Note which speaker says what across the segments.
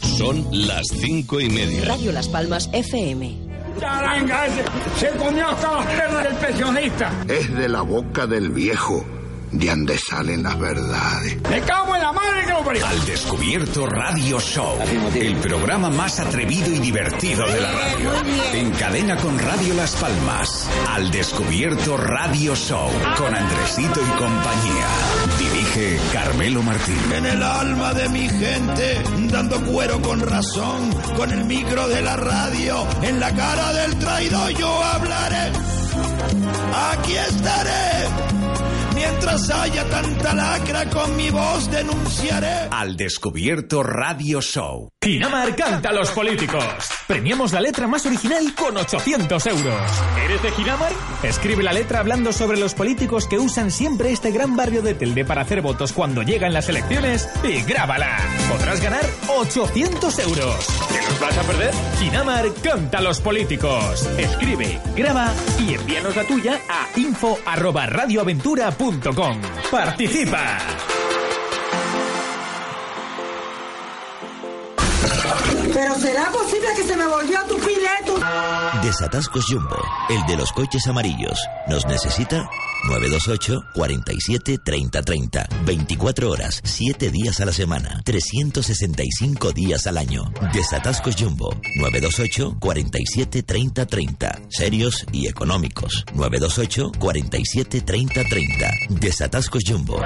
Speaker 1: Son las 5:30.
Speaker 2: Radio Las Palmas FM.
Speaker 3: ¡Charanga ese! ¡Se comió hasta las pernas del pensionista!
Speaker 4: Es de la boca del viejo de donde salen las verdades.
Speaker 3: ¡Me cago en la madre que lo parió!
Speaker 5: Al Descubierto Radio Show, el programa más atrevido y divertido de la radio. En cadena con Radio Las Palmas. Al Descubierto Radio Show, con Andresito y compañía. Dirige Carmelo Martín.
Speaker 6: En el alma de mi gente, dando cuero con razón, con el micro de la radio, en la cara del traidor yo hablaré. Aquí estaré. Mientras haya tanta lacra, con mi voz denunciaré.
Speaker 5: Al Descubierto Radio Show.
Speaker 7: Ginamar canta a los políticos. Premiamos la letra más original con 800 euros. ¿Eres de Ginamar? Escribe la letra hablando sobre los políticos que usan siempre este gran barrio de Telde para hacer votos cuando llegan las elecciones y grábala. Podrás ganar 800 euros. ¿Te los vas a perder? Ginamar canta a los políticos. Escribe, graba y envíanos la tuya a info@radioaventura.com. ¡Participa!
Speaker 8: ¿Pero será posible que se me volvió tu pileto?
Speaker 9: Desatascos Jumbo, el de los coches amarillos. ¿Nos necesita? 928 47 30 30. 24 horas, 7 días a la semana, 365 días al año. Desatascos Jumbo, 928 47 30 30. Serios y económicos. 928 47 30 30. Desatascos Jumbo.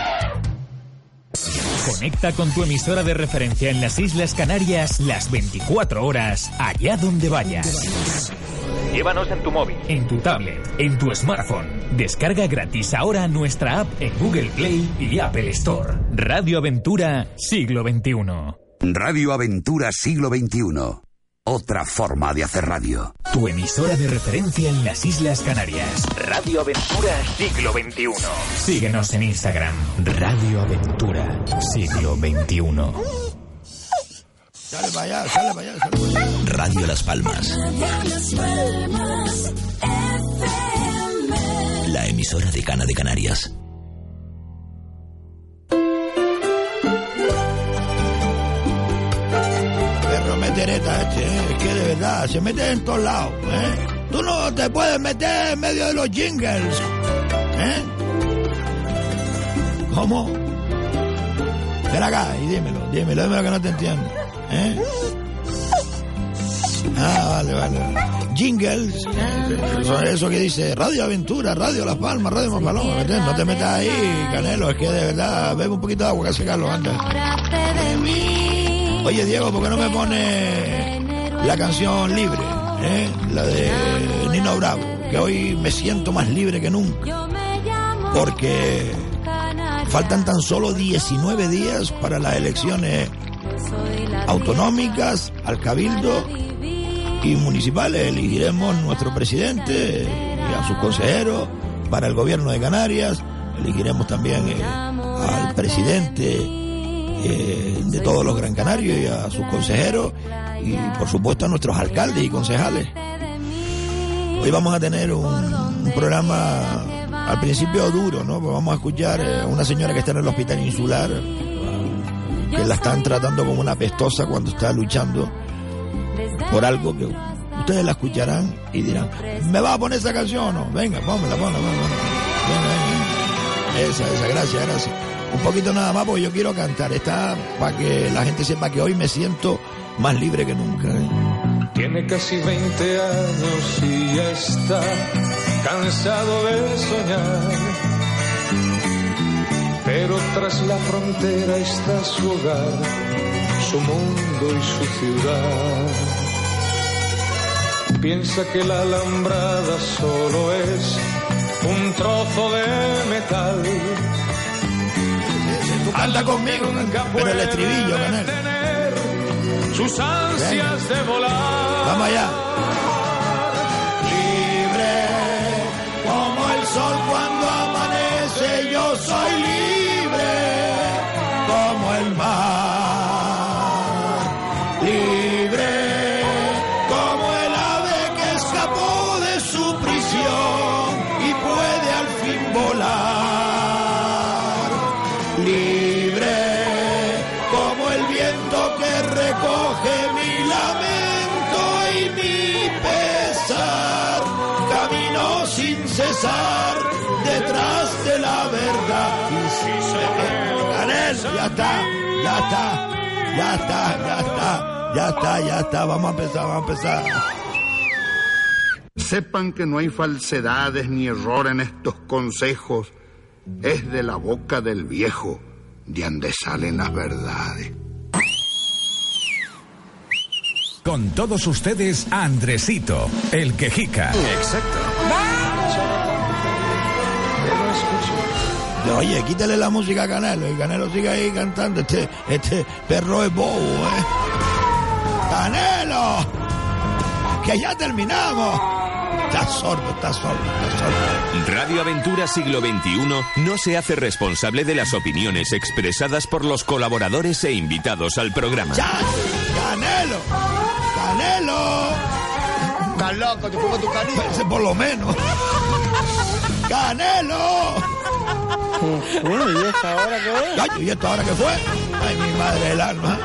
Speaker 7: Conecta con tu emisora de referencia en las Islas Canarias las 24 horas, allá donde vayas. Llévanos en tu móvil, en tu tablet, en tu smartphone. Descarga gratis ahora nuestra app en Google Play y Apple Store. Radio Aventura Siglo XXI.
Speaker 10: Radio Aventura Siglo XXI. Otra forma de hacer radio.
Speaker 7: Tu emisora de referencia en las Islas Canarias. Radio Aventura Siglo XXI. Síguenos en Instagram. Radio Aventura Siglo XXI.
Speaker 6: Sale para allá, sale para allá, sale para allá.
Speaker 9: Radio Las Palmas. La emisora de Cana de Canarias.
Speaker 6: Es que de verdad se mete en todos lados, Tú no te puedes meter en medio de los jingles, ¿Cómo? Ven acá y dímelo que no te entiendo, Vale. Jingles, eso que dice Radio Aventura, Radio Las Palmas, Radio Maspalomas, ¿me entiendes? No te metas ahí, Canelo, es que de verdad, bebe un poquito de agua que hace Carlos antes. Oye, Diego, ¿por qué no me pone la canción Libre? La de Nino Bravo, que hoy me siento más libre que nunca. Porque faltan tan solo 19 días para las elecciones autonómicas, al Cabildo y municipales. Elegiremos nuestro presidente y a sus consejeros para el gobierno de Canarias. Elegiremos también al presidente de todos los Gran Canarios y a sus consejeros y por supuesto a nuestros alcaldes y concejales. Hoy vamos a tener un programa al principio duro, ¿no? Pues vamos a escuchar a una señora que está en el hospital insular, que la están tratando como una pestosa cuando está luchando por algo que ustedes la escucharán y dirán, ¿me va a poner esa canción o no? Venga, pónmela. Venga. Esa, gracias. Un poquito nada más porque yo quiero cantar. Está para que la gente sepa que hoy me siento más libre que nunca.
Speaker 11: Tiene casi 20 años y ya está cansado de soñar. Pero tras la frontera está su hogar, su mundo y su ciudad. Piensa que la alambrada solo es un trozo de metal.
Speaker 6: Canta conmigo, pero el estribillo, Canel.
Speaker 11: Sus ansias de volar.
Speaker 6: Vamos allá. Libre como el sol cuando amanece, yo soy libre como el mar. Libre como el ave que escapó de su prisión y puede al fin volar. Libre como el viento que recorre pasar detrás de la verdad. Canel, ya está, vamos a empezar.
Speaker 4: Sepan que no hay falsedades ni error en estos consejos. Es de la boca del viejo de donde salen las verdades.
Speaker 5: Con todos ustedes, Andresito, el quejica.
Speaker 1: Exacto.
Speaker 6: Oye, quítale la música a Canelo y Canelo sigue ahí cantando. Este perro es bobo, ¿eh? ¡Canelo! ¡Que ya terminamos! Está sordo.
Speaker 1: Radio Aventura Siglo XXI no se hace responsable de las opiniones expresadas por los colaboradores e invitados al programa.
Speaker 6: ¡Ya! ¡Canelo!
Speaker 12: ¡Estás loco! ¡Te pongo tu canillo!
Speaker 6: Ese por lo menos. ¡Canelo!
Speaker 12: ¿Y esta hora qué es?
Speaker 6: Ay, ¿y esta hora qué fue? Ay, mi madre del alma.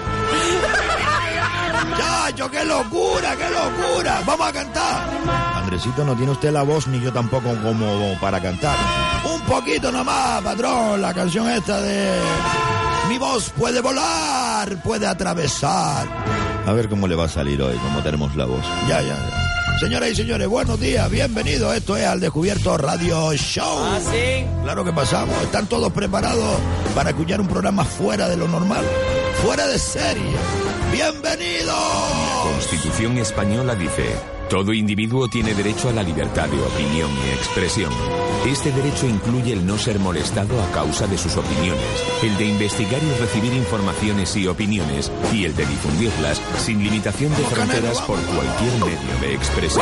Speaker 6: ¡Chacho, qué locura! ¡Vamos a cantar! Andresito, no tiene usted la voz ni yo tampoco como para cantar. Un poquito nomás, patrón, la canción esta de... Mi voz puede volar, puede atravesar. A ver cómo le va a salir hoy, cómo tenemos la voz. Ya. Señoras y señores, buenos días, bienvenidos. Esto es Al Descubierto Radio Show.
Speaker 12: ¿Ah, sí?
Speaker 6: Claro que pasamos. ¿Están todos preparados para escuchar un programa fuera de lo normal? Fuera de serie. ¡Bienvenidos!
Speaker 1: La Constitución española dice: todo individuo tiene derecho a la libertad de opinión y expresión. Este derecho incluye el no ser molestado a causa de sus opiniones, el de investigar y recibir informaciones y opiniones, y el de difundirlas sin limitación de fronteras por cualquier medio de expresión.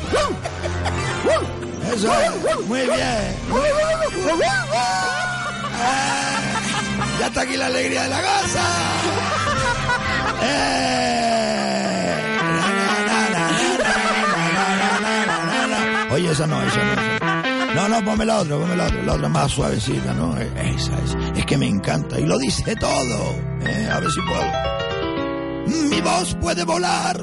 Speaker 6: Eso es, muy bien. Ya está aquí la alegría de la casa. Oye, esa no. No, ponme la otra más suavecita, ¿no? Esa es que me encanta y lo dice todo. A ver si puedo. Mi voz puede volar.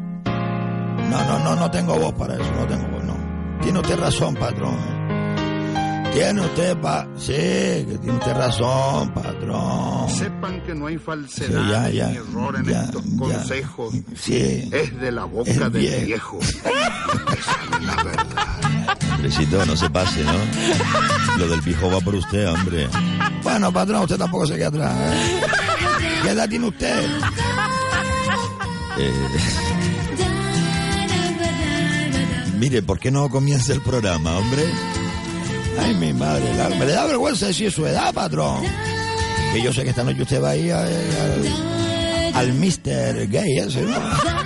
Speaker 6: No tengo voz para eso, no tengo voz, no. Tiene usted razón, patrón. Tiene usted tiene usted razón, patrón.
Speaker 4: Sepan que no hay falsedad ni error en estos consejos.
Speaker 6: Sí.
Speaker 4: Es de la boca del viejo que salen las verdades.
Speaker 6: Andresito, no se pase, ¿no? Lo del viejo va por usted, hombre. Bueno, patrón, usted tampoco se queda atrás, ¿eh? ¿Qué edad tiene usted? Mire, ¿por qué no comienza el programa, hombre? Ay, mi madre, me le da vergüenza decir su edad, patrón. Que yo sé que esta noche usted va a ir al Mr. Gay ese, ¿no?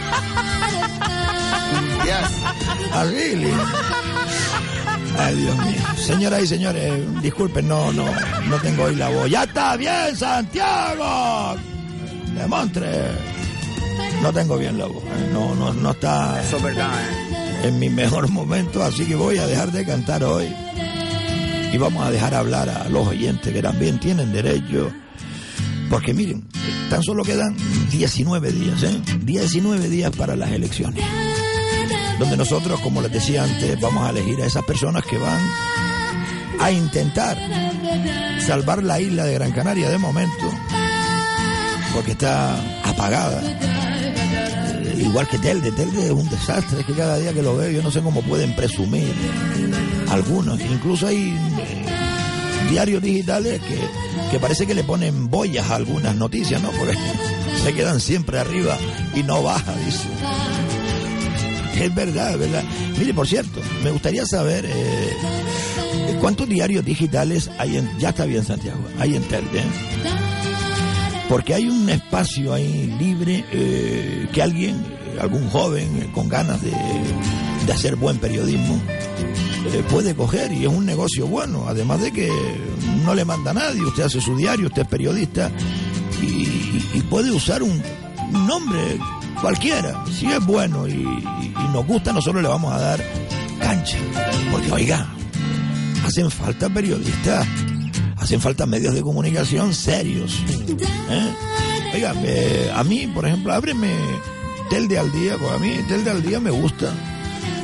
Speaker 12: Yes.
Speaker 6: ¿A really? Ay, Dios mío. Señoras y señores, disculpen, no tengo hoy la voz. ¡Ya está bien, Santiago! De Montre. No tengo bien la voz. No está...
Speaker 12: Eso es verdad,
Speaker 6: en mi mejor momento, así que voy a dejar de cantar hoy. Y vamos a dejar hablar a los oyentes que también tienen derecho. Porque miren, tan solo quedan 19 días, 19 días para las elecciones. Donde nosotros, como les decía antes, vamos a elegir a esas personas que van a intentar salvar la isla de Gran Canaria de momento. Porque está apagada. Igual que Telde es un desastre, es que cada día que lo veo yo no sé cómo pueden presumir algunos, incluso hay diarios digitales que parece que le ponen boyas a algunas noticias, ¿no? Porque se quedan siempre arriba y no baja, dice. Es verdad. Mire, por cierto, me gustaría saber cuántos diarios digitales hay ya está bien, Santiago, hay en Telde, porque hay un espacio ahí libre que algún joven con ganas de hacer buen periodismo puede coger, y es un negocio bueno, además de que no le manda a nadie, usted hace su diario, usted es periodista y puede usar un nombre cualquiera, si es bueno y nos gusta, nosotros le vamos a dar cancha, porque oiga, hacen falta periodistas, hacen falta medios de comunicación serios, Oiga, a mí, por ejemplo, ábreme Telde al Día, pues a mí Telde al Día me gusta,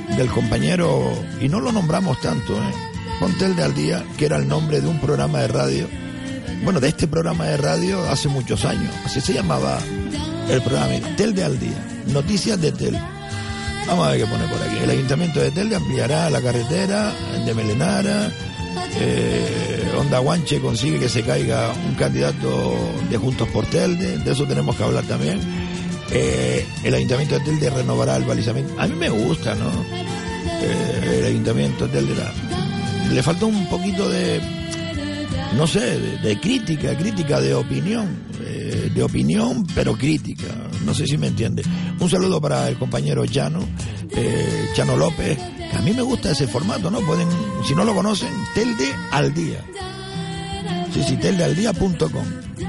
Speaker 6: del compañero, y no lo nombramos tanto, con Telde al Día, que era el nombre de un programa de radio, bueno, de este programa de radio hace muchos años, así se llamaba el programa, Telde al Día, noticias de Telde. Vamos a ver qué pone por aquí. El Ayuntamiento de Telde ampliará la carretera de Melenara. Onda Guanche consigue que se caiga un candidato de Juntos por Telde, de eso tenemos que hablar también. El Ayuntamiento de Telde renovará el balizamiento. A mí me gusta, ¿no? El Ayuntamiento de Telde le falta un poquito de, no sé, de crítica, de opinión, pero crítica. No sé si me entiende. Un saludo para el compañero Chano López, que a mí me gusta ese formato, ¿no? Pueden, si no lo conocen, Telde al Día. Sí, teldealdía.com.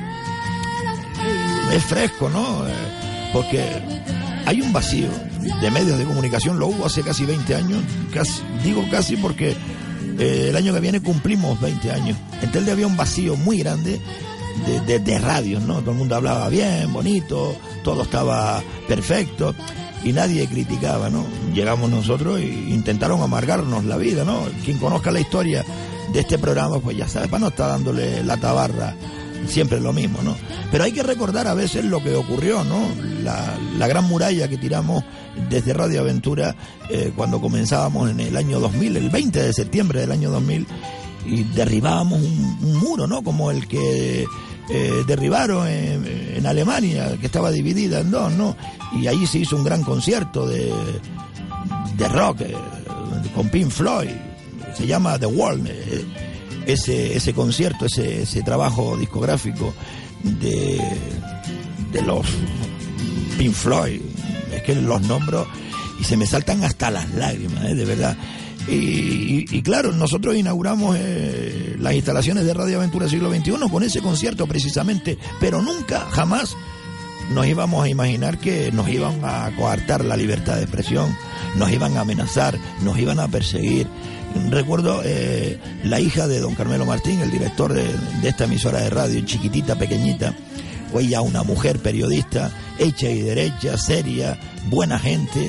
Speaker 6: Es fresco, ¿no? Porque hay un vacío de medios de comunicación, lo hubo hace casi 20 años, digo casi porque el año que viene cumplimos 20 años. En Telde había un vacío muy grande de radios, ¿no? Todo el mundo hablaba bien, bonito, todo estaba perfecto y nadie criticaba, ¿no? Llegamos nosotros e intentaron amargarnos la vida, ¿no? Quien conozca la historia de este programa, pues ya sabe, para no estar dándole la tabarra siempre lo mismo, ¿no? Pero hay que recordar a veces lo que ocurrió, ¿no? La gran muralla que tiramos desde Radio Aventura cuando comenzábamos en el año 2000, el 20 de septiembre del año 2000, y derribábamos un muro, ¿no? Como el que derribaron en Alemania, que estaba dividida en dos, ¿no? Y ahí se hizo un gran concierto de rock con Pink Floyd, se llama The Wall, ese concierto, ese trabajo discográfico de los Pink Floyd, es que los nombro y se me saltan hasta las lágrimas, de verdad. Y claro, nosotros inauguramos las instalaciones de Radio Aventura Siglo XXI con ese concierto precisamente, pero nunca, jamás nos íbamos a imaginar que nos iban a coartar la libertad de expresión, nos iban a amenazar, nos iban a perseguir. Recuerdo la hija de don Carmelo Martín, el director de esta emisora de radio, chiquitita, pequeñita, fue ya una mujer periodista, hecha y derecha, seria, buena gente.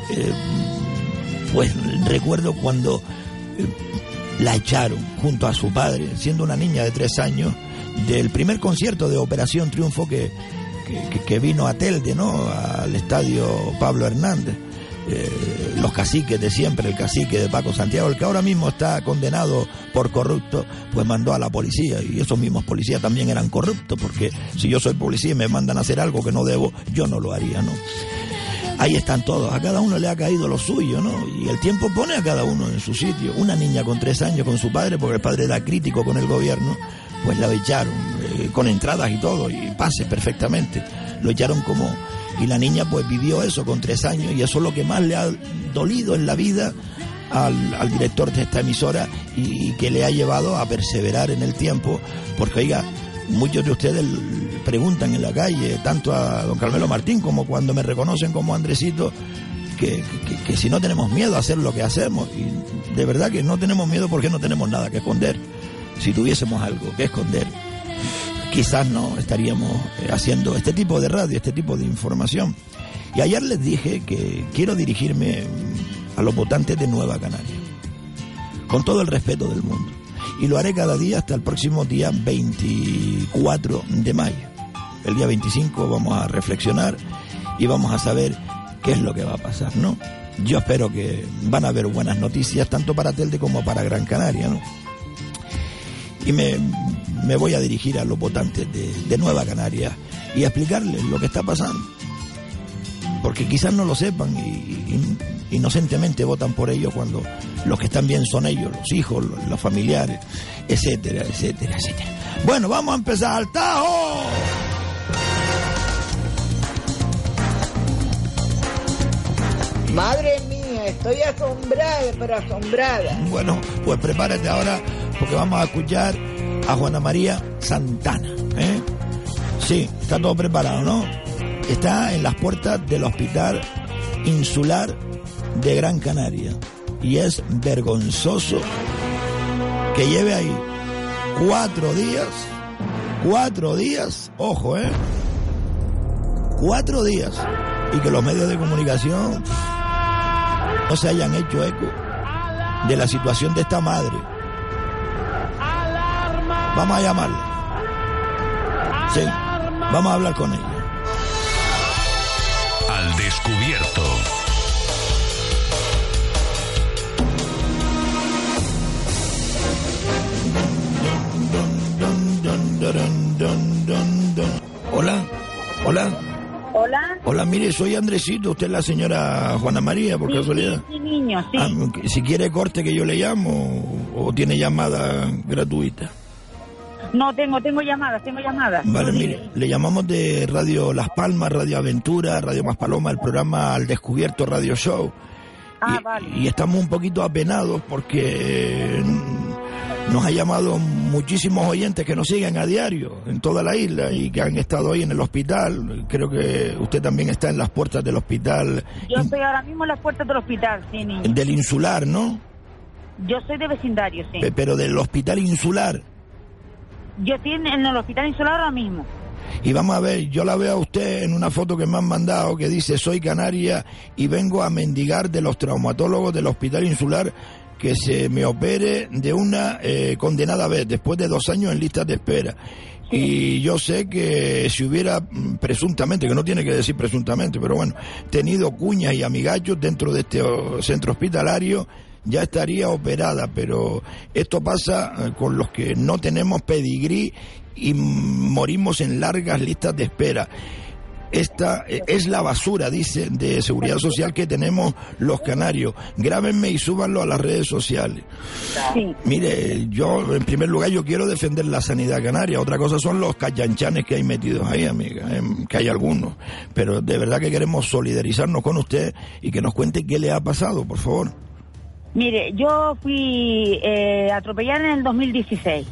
Speaker 6: Pues recuerdo cuando la echaron junto a su padre, siendo una niña de 3 años, del primer concierto de Operación Triunfo que vino a Telde, ¿no? Al estadio Pablo Hernández. Los caciques de siempre, el cacique de Paco Santiago, el que ahora mismo está condenado por corrupto, pues mandó a la policía, y esos mismos policías también eran corruptos, porque si yo soy policía y me mandan a hacer algo que no debo, yo no lo haría, ¿no? Ahí están todos, a cada uno le ha caído lo suyo, ¿no? Y el tiempo pone a cada uno en su sitio. Una niña con 3 años con su padre, porque el padre era crítico con el gobierno, pues la echaron, con entradas y todo, y pases perfectamente. Lo echaron como... Y la niña pues vivió eso con 3 años, y eso es lo que más le ha dolido en la vida al director de esta emisora, y que le ha llevado a perseverar en el tiempo, porque oiga, muchos de ustedes preguntan en la calle, tanto a don Carmelo Martín como cuando me reconocen como Andresito, que si no tenemos miedo a hacer lo que hacemos, y de verdad que no tenemos miedo porque no tenemos nada que esconder. Si tuviésemos algo que esconder, quizás no estaríamos haciendo este tipo de radio, este tipo de información. Y ayer les dije que quiero dirigirme a los votantes de Nueva Canaria, con todo el respeto del mundo. Y lo haré cada día hasta el próximo día 24 de mayo. El día 25 vamos a reflexionar y vamos a saber qué es lo que va a pasar, ¿no? Yo espero que van a haber buenas noticias, tanto para Telde como para Gran Canaria, ¿no? Y me voy a dirigir a los votantes de Nueva Canaria y a explicarles lo que está pasando. Porque quizás no lo sepan y inocentemente votan por ellos cuando los que están bien son ellos, los hijos, los familiares, etcétera, etcétera, etcétera. Bueno, vamos a empezar al tajo.
Speaker 13: Madre mía, estoy asombrada, pero asombrada.
Speaker 6: Bueno, pues prepárate ahora porque vamos a escuchar a Juana María Santana, ¿eh? Sí, está todo preparado, ¿no? Está en las puertas del Hospital Insular de Gran Canaria y es vergonzoso que lleve ahí 4 días, ojo, 4 días, y que los medios de comunicación no se hayan hecho eco de la situación de esta madre. Vamos a llamarla. Sí, vamos a hablar con ella.
Speaker 5: Al descubierto.
Speaker 6: Hola, hola.
Speaker 13: Hola.
Speaker 6: Hola, mire, soy Andresito, usted es la señora Juana María, por casualidad.
Speaker 13: Sí, niño, sí.
Speaker 6: Si quiere corte que yo le llamo o tiene llamada gratuita.
Speaker 13: No, tengo llamadas.
Speaker 6: Vale, mire, le llamamos de Radio Las Palmas, Radio Aventura, Radio Más Paloma, el programa Al Descubierto Radio Show.
Speaker 13: Vale.
Speaker 6: Y estamos un poquito apenados porque nos ha llamado muchísimos oyentes que nos siguen a diario en toda la isla y que han estado hoy en el hospital. Creo que usted también está en las puertas del hospital.
Speaker 13: Yo estoy ahora mismo en las puertas del hospital, sí, niño.
Speaker 6: Del Insular, ¿no?
Speaker 13: Yo soy de vecindario, sí.
Speaker 6: Pero del Hospital Insular.
Speaker 13: Yo estoy en el Hospital Insular ahora mismo.
Speaker 6: Y vamos a ver, yo la veo a usted en una foto que me han mandado que dice: soy canaria y vengo a mendigar de los traumatólogos del Hospital Insular que se me opere de una condenada vez, después de 2 años en listas de espera. Sí. Y yo sé que si hubiera presuntamente, que no tiene que decir presuntamente, pero bueno, tenido cuñas y amigachos dentro de este centro hospitalario, ya estaría operada, pero esto pasa con los que no tenemos pedigrí y morimos en largas listas de espera. Esta es la basura, dice, de seguridad social que tenemos los canarios. Grábenme y súbanlo a las redes sociales. Sí. Mire, yo, en primer lugar, yo quiero defender la sanidad canaria. Otra cosa son los callanchanes que hay metidos ahí, amiga, que hay algunos. Pero de verdad que queremos solidarizarnos con usted y que nos cuente qué le ha pasado, por favor.
Speaker 13: Mire, yo fui atropellada en el 2016.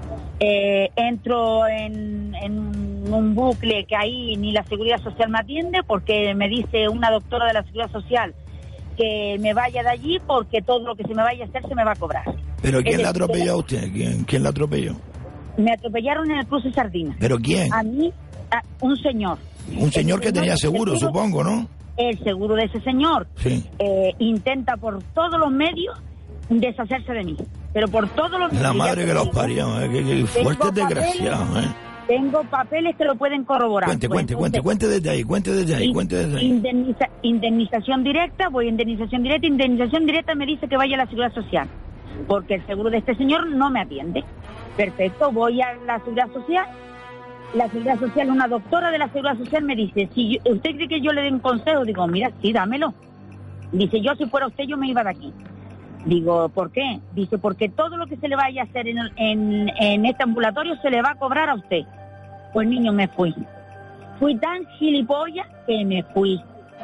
Speaker 13: Entro en un bucle que ahí ni la Seguridad Social me atiende, porque me dice una doctora de la Seguridad Social que me vaya de allí porque todo lo que se me vaya a hacer se me va a cobrar.
Speaker 6: ¿Pero quién la atropelló a usted? ¿Quién la atropelló?
Speaker 13: Me atropellaron en el cruce Sardina.
Speaker 6: ¿Pero quién?
Speaker 13: A mí, un señor.
Speaker 6: Un señor que tenía seguro, supongo, ¿no?
Speaker 13: El seguro de ese señor.
Speaker 6: Sí.
Speaker 13: Intenta por todos los medios deshacerse de mí, pero por todos los medios.
Speaker 6: La madre que los parió, que fuerte desgraciado,
Speaker 13: Tengo papeles que lo pueden corroborar.
Speaker 6: Cuente desde ahí.
Speaker 13: Indemnización directa, voy a indemnización directa me dice que vaya a la Seguridad Social, porque el seguro de este señor no me atiende. Perfecto, voy a la Seguridad Social. La Seguridad Social, una doctora de la Seguridad Social me dice: si usted cree que yo le dé un consejo, digo, mira, sí, dámelo. Dice: yo si fuera usted, yo me iba de aquí. Digo, ¿por qué? Dice: porque todo lo que se le vaya a hacer en este ambulatorio se le va a cobrar a usted. Pues niño, me fui. Fui tan gilipollas que me fui.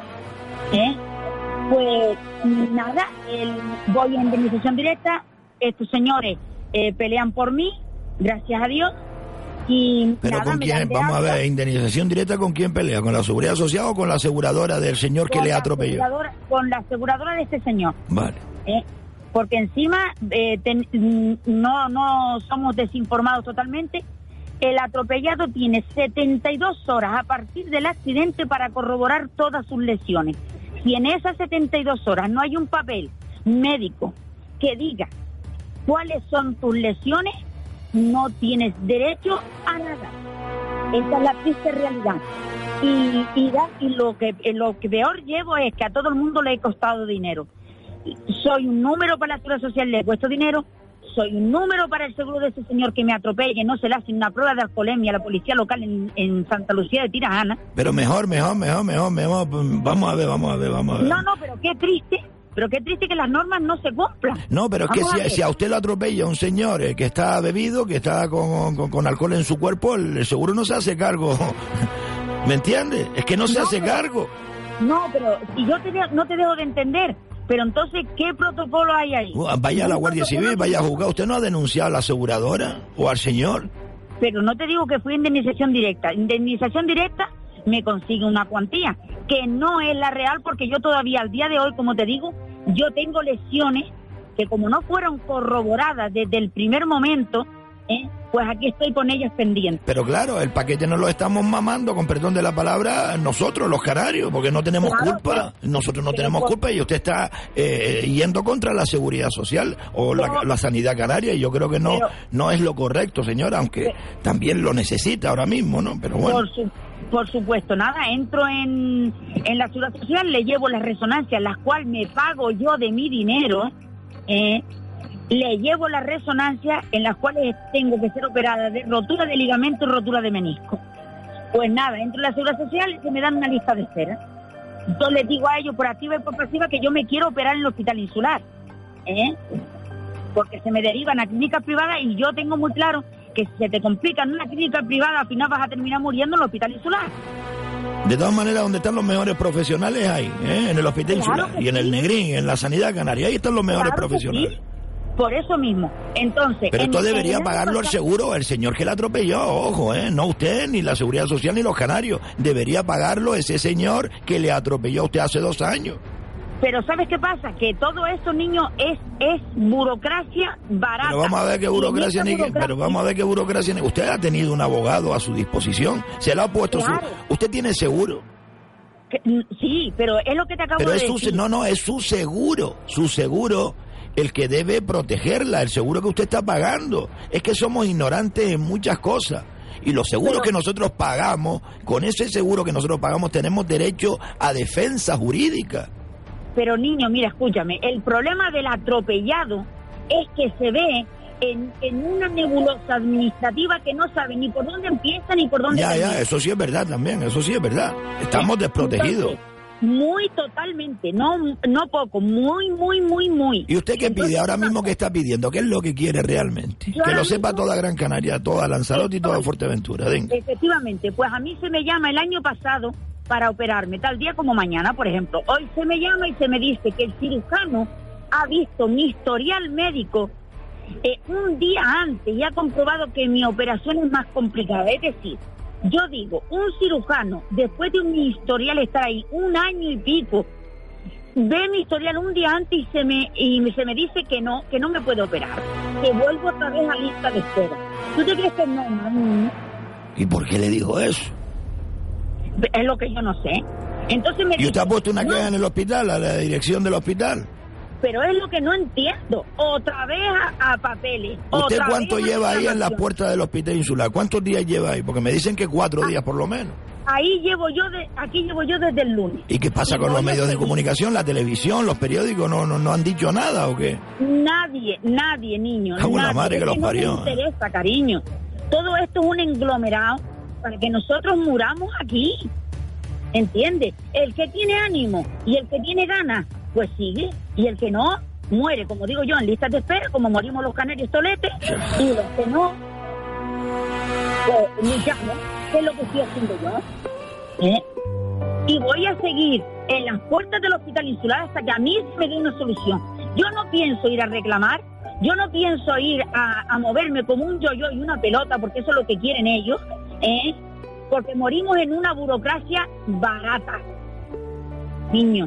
Speaker 13: Pues nada, voy a indemnización directa. Estos señores pelean por mí, gracias a Dios. Y
Speaker 6: pero
Speaker 13: nada,
Speaker 6: ¿con quién? Vamos a ver, indemnización directa, ¿con quién pelea? ¿Con la Seguridad Social o con la aseguradora del señor que le atropelló?
Speaker 13: Con la aseguradora de este señor.
Speaker 6: Vale.
Speaker 13: Porque encima no somos desinformados totalmente. El atropellado tiene 72 horas a partir del accidente para corroborar todas sus lesiones. Si en esas 72 horas no hay un papel médico que diga cuáles son tus lesiones, no tienes derecho a nada. Esa es la triste realidad. Y lo que peor llevo es que a todo el mundo le he costado dinero. Soy un número para la Seguridad Social, le he puesto dinero. Soy un número para el seguro de ese señor que me atropelle, no se le hace una prueba de alcoholemia a la policía local en Santa Lucía de Tirajana.
Speaker 6: Pero mejor. Vamos a ver.
Speaker 13: No, pero qué triste que las normas no se cumplan.
Speaker 6: No, pero es que si a usted lo atropella un señor que está bebido, que está con alcohol en su cuerpo, el seguro no se hace cargo. ¿Me entiende? Es que no se hace cargo.
Speaker 13: No, pero si yo no te dejo de entender. Pero entonces, ¿qué protocolo hay ahí?
Speaker 6: Vaya a la Guardia Civil, vaya a juzgar. ¿Usted no ha denunciado a la aseguradora o al señor?
Speaker 13: Pero no te digo que fue indemnización directa. Indemnización directa me consigue una cuantía que no es la real, porque yo todavía al día de hoy, como te digo, yo tengo lesiones que como no fueron corroboradas desde el primer momento, Pues aquí estoy con ellas pendientes.
Speaker 6: Pero claro, el paquete nos lo estamos mamando, con perdón de la palabra, nosotros, los canarios, porque no tenemos culpa. Nosotros no tenemos culpa y usted está yendo contra la seguridad social o la sanidad canaria, y yo creo que no es lo correcto, señora, aunque también lo necesita ahora mismo, ¿no? Pero bueno.
Speaker 13: Por supuesto, nada, entro en la seguridad social, le llevo las resonancias, las cuales me pago yo de mi dinero, le llevo las resonancias en las cuales tengo que ser operada de rotura de ligamento y rotura de menisco. Pues nada, entro en la seguridad social y se me dan una lista de espera. Yo les digo a ellos por activa y por pasiva que yo me quiero operar en el hospital insular, porque se me derivan a clínicas privadas y yo tengo muy claro que si se te complica en una clínica privada, al final vas a terminar muriendo en el hospital insular.
Speaker 6: De todas maneras, donde están los mejores profesionales ahí, en el hospital insular y en el Negrín, en la sanidad canaria, ahí están los mejores profesionales.
Speaker 13: Sí. Por eso mismo. Entonces,
Speaker 6: pero esto debería pagarlo el seguro, el señor que la atropelló, ojo, no usted, ni la Seguridad Social, ni los canarios. Debería pagarlo ese señor que le atropelló a usted hace 2 años.
Speaker 13: Pero ¿sabes qué pasa? Que todo esto, niño, es burocracia barata.
Speaker 6: Pero vamos a ver qué burocracia, pero vamos a ver qué burocracia. Usted ha tenido un abogado a su disposición, se lo ha puesto usted tiene seguro.
Speaker 13: Sí, pero es lo que te acabo de decir.
Speaker 6: Es su seguro el que debe protegerla, el seguro que usted está pagando. Es que somos ignorantes en muchas cosas. Y los seguros que nosotros pagamos, con ese seguro que nosotros pagamos, tenemos derecho a defensa jurídica.
Speaker 13: Pero niño, mira, escúchame, el problema del atropellado es que se ve en una nebulosa administrativa que no sabe ni por dónde empieza ni por dónde termina.
Speaker 6: Eso sí es verdad también, eso sí es verdad. Estamos desprotegidos.
Speaker 13: Entonces, muy totalmente, no poco, muy.
Speaker 6: ¿Y usted qué pide ahora mismo? ¿Qué está pidiendo? ¿Qué es lo que quiere realmente? Que lo sepa toda Gran Canaria, toda Lanzarote y toda Fuerteventura. Venga.
Speaker 13: Efectivamente, pues a mí se me llama el año pasado para operarme, tal día como mañana, por ejemplo. Hoy se me llama y se me dice que el cirujano ha visto mi historial médico un día antes y ha comprobado que mi operación es más complicada. Es decir, yo digo, un cirujano, después de un historial estar ahí 1 año y pico, ve mi historial un día antes y se me dice que no me puede operar, que vuelvo otra vez a lista de espera. ¿Tú te crees que no?
Speaker 6: ¿Y por qué le dijo eso?
Speaker 13: Es lo que yo no sé. Entonces me
Speaker 6: ¿Y usted ha puesto una queja en el hospital, a la dirección del hospital?
Speaker 13: Pero es lo que no entiendo. Otra vez a papeles.
Speaker 6: ¿Usted cuánto lleva ahí en la puerta del hospital insular? ¿Cuántos días lleva ahí? Porque me dicen que 4 días por lo menos.
Speaker 13: Aquí llevo yo desde el lunes.
Speaker 6: ¿Y qué pasa con los medios de comunicación, la televisión, los periódicos? ¿No han dicho nada o qué?
Speaker 13: Nadie, niño.
Speaker 6: La madre que los parió.
Speaker 13: No me interesa, cariño. Todo esto es un englomerado para que nosotros muramos aquí. ¿Entiendes? El que tiene ánimo y el que tiene ganas, pues sigue, y el que no, muere, como digo yo, en listas de espera, como morimos los canarios toletes, y los que no, pues luchamos, que es lo que estoy haciendo yo. Y voy a seguir en las puertas del hospital insular hasta que a mí se me dé una solución. Yo no pienso ir a reclamar, yo no pienso ir a moverme como un yo-yo y una pelota, porque eso es lo que quieren ellos, porque morimos en una burocracia barata, niño.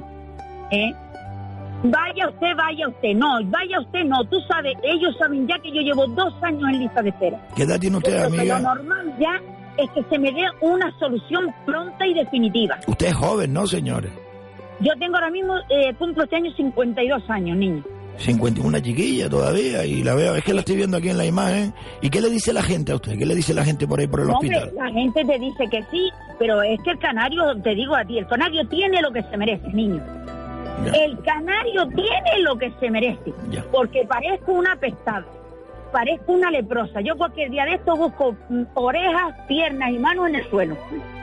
Speaker 13: Vaya usted no, tú sabes, ellos saben ya que yo llevo 2 años en lista de espera.
Speaker 6: ¿Qué edad tiene usted, amiga?
Speaker 13: Lo normal ya es que se me dé una solución pronta y definitiva.
Speaker 6: Usted es joven, ¿no, señores?
Speaker 13: Yo tengo ahora mismo, cumplo este año 52 años, niño.
Speaker 6: 51, chiquilla todavía, y la veo, es que la estoy viendo aquí en la imagen. ¿Y qué le dice la gente a usted? ¿Qué le dice la gente por ahí por el hospital?
Speaker 13: La gente te dice que sí, pero es que el canario, te digo a ti, el canario tiene lo que se merece, niño. Ya. El canario tiene lo que se merece, porque parezco una apestada, parezco una leprosa. Yo cualquier día de esto busco orejas, piernas y manos en el suelo.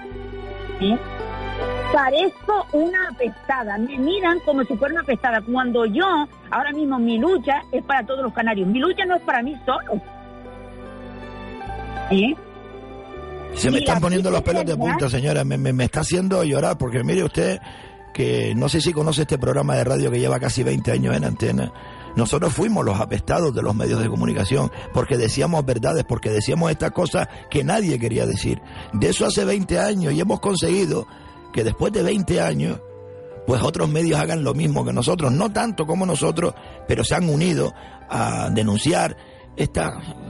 Speaker 13: Parezco una apestada, me miran como si fuera una apestada, cuando yo, ahora mismo mi lucha es para todos los canarios, mi lucha no es para mí solo.
Speaker 6: Se me están poniendo los pelos de punta, señora, me está haciendo llorar, porque mire usted, que no sé si conoce este programa de radio que lleva casi 20 años en antena. Nosotros fuimos los apestados de los medios de comunicación, porque decíamos verdades, porque decíamos estas cosas que nadie quería decir. De eso hace 20 años, y hemos conseguido que después de 20 años, pues otros medios hagan lo mismo que nosotros, no tanto como nosotros, pero se han unido a denunciar esta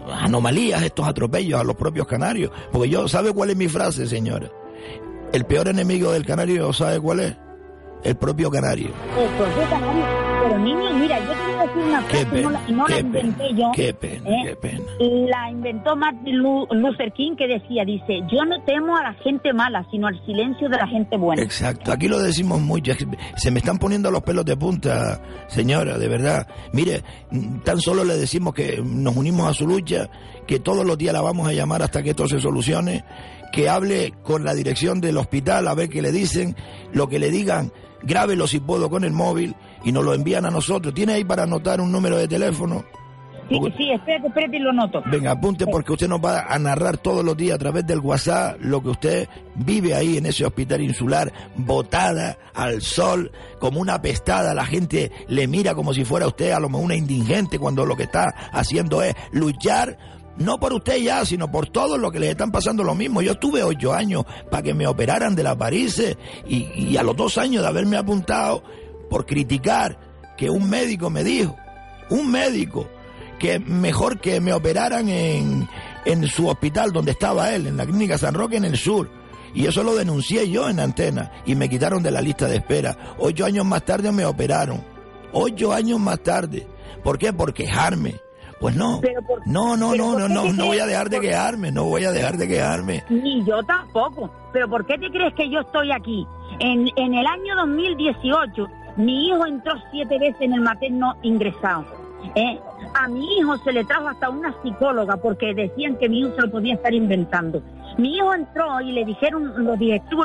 Speaker 6: anomalías, estos atropellos a los propios canarios. Porque yo, ¿sabe cuál es mi frase, señora? El peor enemigo del canario, ¿sabe cuál es? El propio canario.
Speaker 13: El propio canario. Pero niño, mira, yo te voy a decir una frase, no la inventé yo.
Speaker 6: Qué pena, qué pena.
Speaker 13: La inventó Martin Luther King, que dice, yo no temo a la gente mala, sino al silencio de la gente buena.
Speaker 6: Exacto, aquí lo decimos mucho. Se me están poniendo los pelos de punta, señora, de verdad. Mire, tan solo le decimos que nos unimos a su lucha, que todos los días la vamos a llamar hasta que esto se solucione, que hable con la dirección del hospital a ver qué le dicen, lo que le digan, grábelo si puedo con el móvil y nos lo envían a nosotros. ¿Tiene ahí para anotar un número de teléfono?
Speaker 13: Sí, espérate y lo noto.
Speaker 6: Venga, apunte, porque usted nos va a narrar todos los días a través del WhatsApp lo que usted vive ahí en ese hospital insular, botada al sol, como una apestada. La gente le mira como si fuera usted a lo mejor una indigente, cuando lo que está haciendo es luchar, no por usted ya, sino por todos los que les están pasando lo mismo. Yo tuve 8 años para que me operaran de las varices y a los 2 años de haberme apuntado por criticar, que un médico me dijo, que mejor que me operaran en su hospital donde estaba él, en la clínica San Roque en el sur. Y eso lo denuncié yo en Antena y me quitaron de la lista de espera. 8 años más tarde me operaron. 8 años más tarde. ¿Por qué? Por quejarme. Pues no, no voy a dejar de quejarme, no voy a dejar de quejarme.
Speaker 13: Ni yo tampoco. Pero ¿por qué te crees que yo estoy aquí? En el año 2018, mi hijo entró 7 veces en el materno ingresado. A mi hijo se le trajo hasta una psicóloga porque decían que mi hijo se lo podía estar inventando. Mi hijo entró y le dijeron, los directivos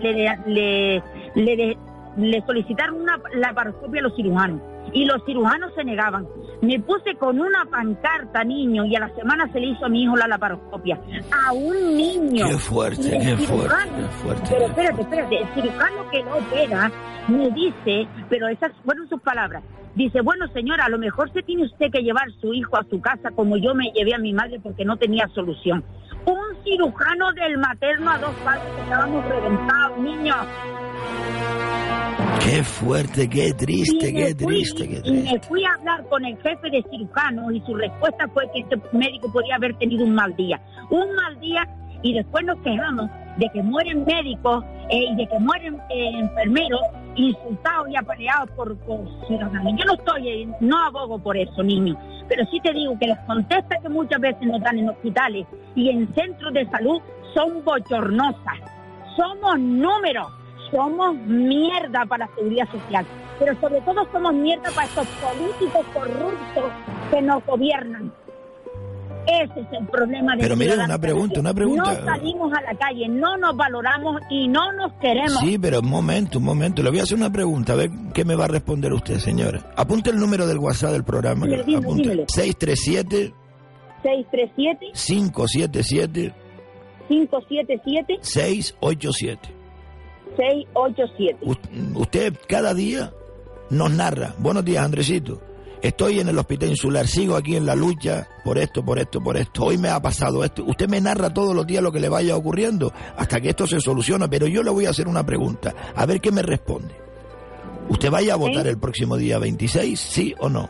Speaker 13: le solicitaron una laparoscopia a los cirujanos y los cirujanos se negaban. Me puse con una pancarta, niño, y a la semana se le hizo a mi hijo la laparoscopia. A un niño.
Speaker 6: Qué fuerte, qué fuerte.
Speaker 13: Pero espérate, el cirujano que lo opera me dice, pero esas fueron sus palabras. Dice, bueno, señora, a lo mejor se tiene usted que llevar su hijo a su casa como yo me llevé a mi madre porque no tenía solución. Un cirujano del materno a 2 pasos que estábamos reventados, niños.
Speaker 6: Qué fuerte, qué triste, qué triste.
Speaker 13: Y me fui a hablar con el jefe de cirujanos y su respuesta fue que este médico podía haber tenido un mal día. Y después nos quejamos de que mueren médicos y de que mueren enfermeros insultados y apaleados por ciudadanos. Yo no abogo por eso, niño, pero sí te digo que las contestas que muchas veces nos dan en hospitales y en centros de salud son bochornosas. Somos números, somos mierda para la seguridad social, pero sobre todo somos mierda para estos políticos corruptos que nos gobiernan. Ese es el problema de
Speaker 6: Pero mire, una pregunta.
Speaker 13: No salimos a la calle, no nos valoramos y no nos queremos.
Speaker 6: Sí, pero un momento. Le voy a hacer una pregunta, a ver qué me va a responder usted, señora. Apunte el número del WhatsApp del programa.
Speaker 13: Dímelo.
Speaker 6: 637 577 687. Usted cada día nos narra. Buenos días, Andresito. Estoy en el hospital insular, sigo aquí en la lucha por esto. Hoy me ha pasado esto. Usted me narra todos los días lo que le vaya ocurriendo hasta que esto se soluciona, pero yo le voy a hacer una pregunta, a ver qué me responde. ¿Usted vaya a votar el próximo día 26, sí o no?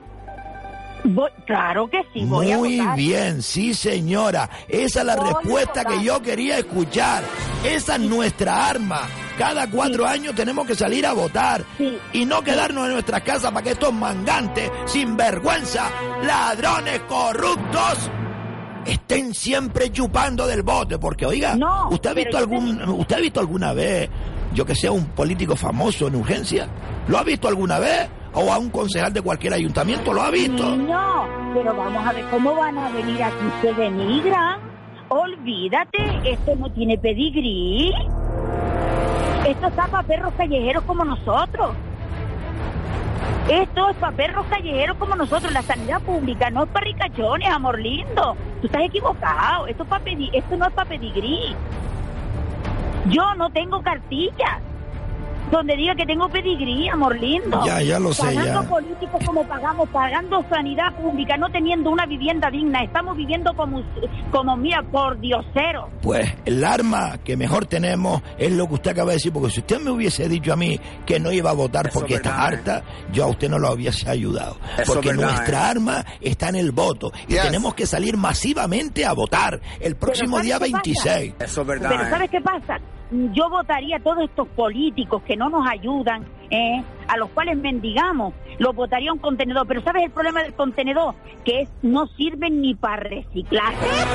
Speaker 13: Claro que sí, voy a votar.
Speaker 6: Muy bien, sí señora. Esa es la respuesta que yo quería escuchar. Esa es nuestra arma. Cada 4 años tenemos que salir a votar y no quedarnos en nuestras casas para que estos mangantes, sinvergüenza, ladrones, corruptos, estén siempre chupando del bote. Porque, oiga, ¿usted ha visto alguna vez, yo que sé, un político famoso en urgencia? ¿Lo ha visto alguna vez? ¿O a un concejal de cualquier ayuntamiento? ¿Lo ha visto?
Speaker 13: No, pero vamos a ver cómo van a venir aquí. Se denigran. Olvídate, esto no tiene pedigrí. Esto está para perros callejeros como nosotros. Esto es para perros callejeros como nosotros. La sanidad pública no es para ricachones, amor lindo. Tú estás equivocado. Esto no es para pedigrí. Yo no tengo cartillas. donde diga que tengo pedigrí, amor lindo.
Speaker 6: Ya lo sé,
Speaker 13: pagando
Speaker 6: ya.
Speaker 13: políticos como pagamos, pagando sanidad pública, no teniendo una vivienda digna. Estamos viviendo como mira, por diosero.
Speaker 6: Pues el arma que mejor tenemos es lo que usted acaba de decir, porque si usted me hubiese dicho a mí que no iba a votar
Speaker 12: eso
Speaker 6: porque está harta, yo a usted no lo hubiese ayudado.
Speaker 12: Eso
Speaker 6: Porque
Speaker 12: verdad,
Speaker 6: nuestra arma está en el voto y tenemos que salir masivamente a votar el próximo día 26.
Speaker 12: Eso es verdad.
Speaker 13: Pero ¿sabes qué pasa? Yo votaría a todos estos políticos que no nos ayudan, a los cuales mendigamos, los votaría a un contenedor. Pero ¿sabes el problema del contenedor? Que no sirven ni para reciclar.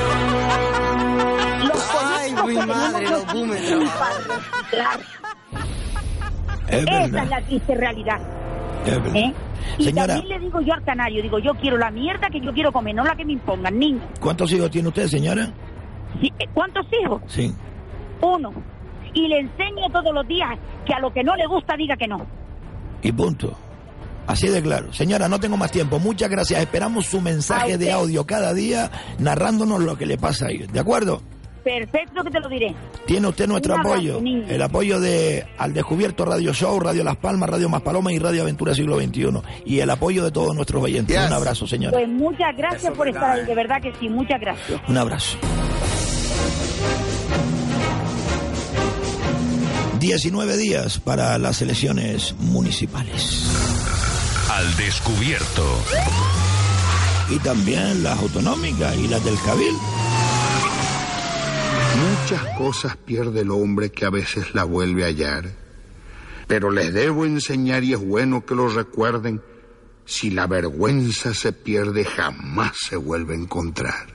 Speaker 12: Ay, mi madre, los boomers.
Speaker 13: Ni para reciclar. Esa es la triste realidad. Y
Speaker 6: Señora,
Speaker 13: también le digo yo al canario, digo, yo quiero la mierda que yo quiero comer, no la que me impongan, niño.
Speaker 6: ¿cuántos hijos tiene usted, señora?
Speaker 13: Sí, ¿cuántos hijos?
Speaker 6: Sí.
Speaker 13: 1. Y le enseño todos los días que a lo que no le gusta diga que no.
Speaker 6: Y punto. Así de claro. Señora, no tengo más tiempo. Muchas gracias. Esperamos su mensaje de audio cada día narrándonos lo que le pasa a ellos. ¿De acuerdo?
Speaker 13: Perfecto, que te lo diré.
Speaker 6: Tiene usted nuestro
Speaker 13: Un abrazo,
Speaker 6: apoyo.
Speaker 13: niño.
Speaker 6: El apoyo de Al Descubierto Radio Show, Radio Las Palmas, Radio Maspalomas y Radio Aventura Siglo XXI. Y el apoyo de todos nuestros oyentes. Un abrazo, señora.
Speaker 13: Pues muchas gracias por estar ahí, de verdad que sí, muchas gracias.
Speaker 6: Un abrazo. 19 días para las elecciones municipales.
Speaker 5: Al Descubierto.
Speaker 6: Y también las autonómicas y las del Cabildo.
Speaker 4: Muchas cosas pierde el hombre que a veces la vuelve a hallar. Pero les debo enseñar y es bueno que lo recuerden. Si la vergüenza se pierde, jamás se vuelve a encontrar.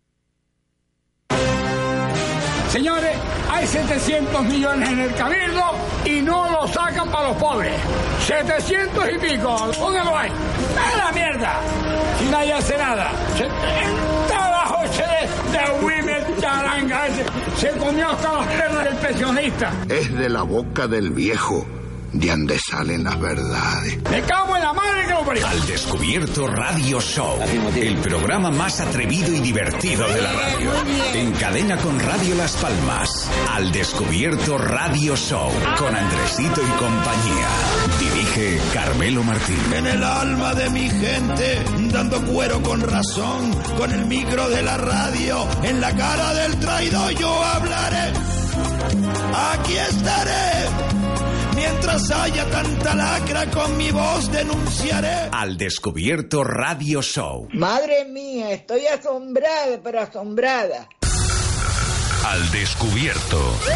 Speaker 3: Señores, hay 700 millones en el Cabildo y no lo sacan para los pobres. 700 y pico, ¿dónde lo hay? ¡A la mierda! Si nadie hace nada. El trabajo de Women Charanga se comió hasta las pernas del pensionista.
Speaker 4: Es de la boca del viejo de donde salen las verdades.
Speaker 3: ¡Me cago en la madre que lo parió!
Speaker 5: Al Descubierto Radio Show, el programa más atrevido y divertido de la radio. En cadena con Radio Las Palmas. Al Descubierto Radio Show, con Andresito y compañía. Dirige Carmelo Martín.
Speaker 6: En el alma de mi gente, dando cuero con razón, con el micro de la radio, en la cara del traidor yo hablaré. Aquí estaré. Mientras haya tanta lacra, con mi voz denunciaré.
Speaker 5: Al Descubierto Radio Show.
Speaker 8: Madre mía, estoy asombrada, pero asombrada.
Speaker 5: Al Descubierto.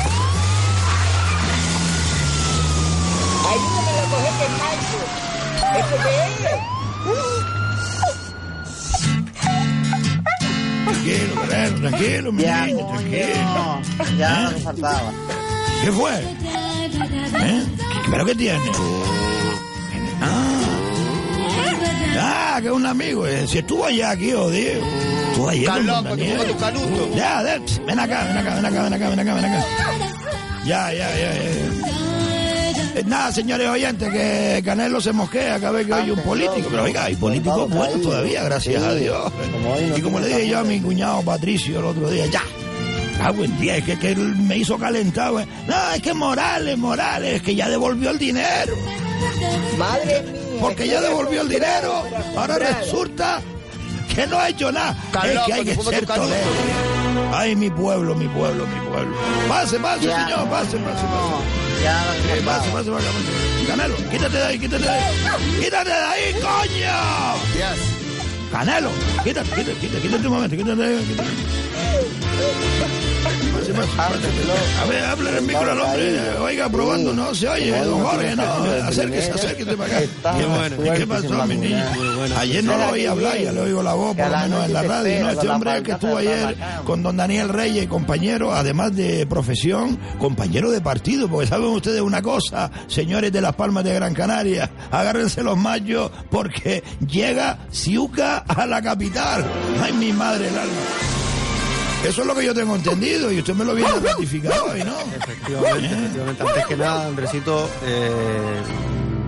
Speaker 8: Ayúdame a coger el mango. ¿Esto qué es?
Speaker 6: Tranquilo, mi niño, tranquilo.
Speaker 12: Ya no me faltaba.
Speaker 6: ¿Qué fue? ¿Pero qué tiene? Que es un amigo. Si estuvo allá aquí, Diego. Estuvo allá.
Speaker 12: Estás loco, te pongo tu canuto.
Speaker 6: Ya, ven acá. Ya. Nada, señores oyentes, que Canelo se mosquea cada vez que oye un político. Pero oiga, hay políticos buenos todavía, gracias a Dios. Y como le dije yo a mi cuñado Patricio el otro día, ya. Buen día, es que él me hizo calentar. No, es que Morales, es que ya devolvió el dinero.
Speaker 8: Madre mía.
Speaker 6: Porque ya devolvió el dinero. Ahora resulta que no ha hecho nada. Es que hay que ser tolerante. Ay, mi pueblo. Pase, señor, pase. Pase. Canelo, quítate de ahí. ¡Quítate de ahí, coño! Canelo, quítate un momento, quítate de ahí. A ver, habla en el micro al hombre. Oiga, probando, no se oye, don Jorge, no. Acérquese para acá. Qué bueno. ¿Y qué pasó, mi niño? Ayer no lo oí hablar, ya le oigo la voz, por lo menos en la radio. No, este hombre que estuvo ayer con don Daniel Reyes, compañero, además de profesión, compañero de partido, porque saben ustedes una cosa, señores de Las Palmas de Gran Canaria, agárrense los machos, porque llega Ciuca a la capital. Ay, mi madre el alma. Eso es lo que yo tengo entendido y usted me lo viene a ratificar hoy, ¿no?
Speaker 12: Efectivamente. Antes que nada, Andresito,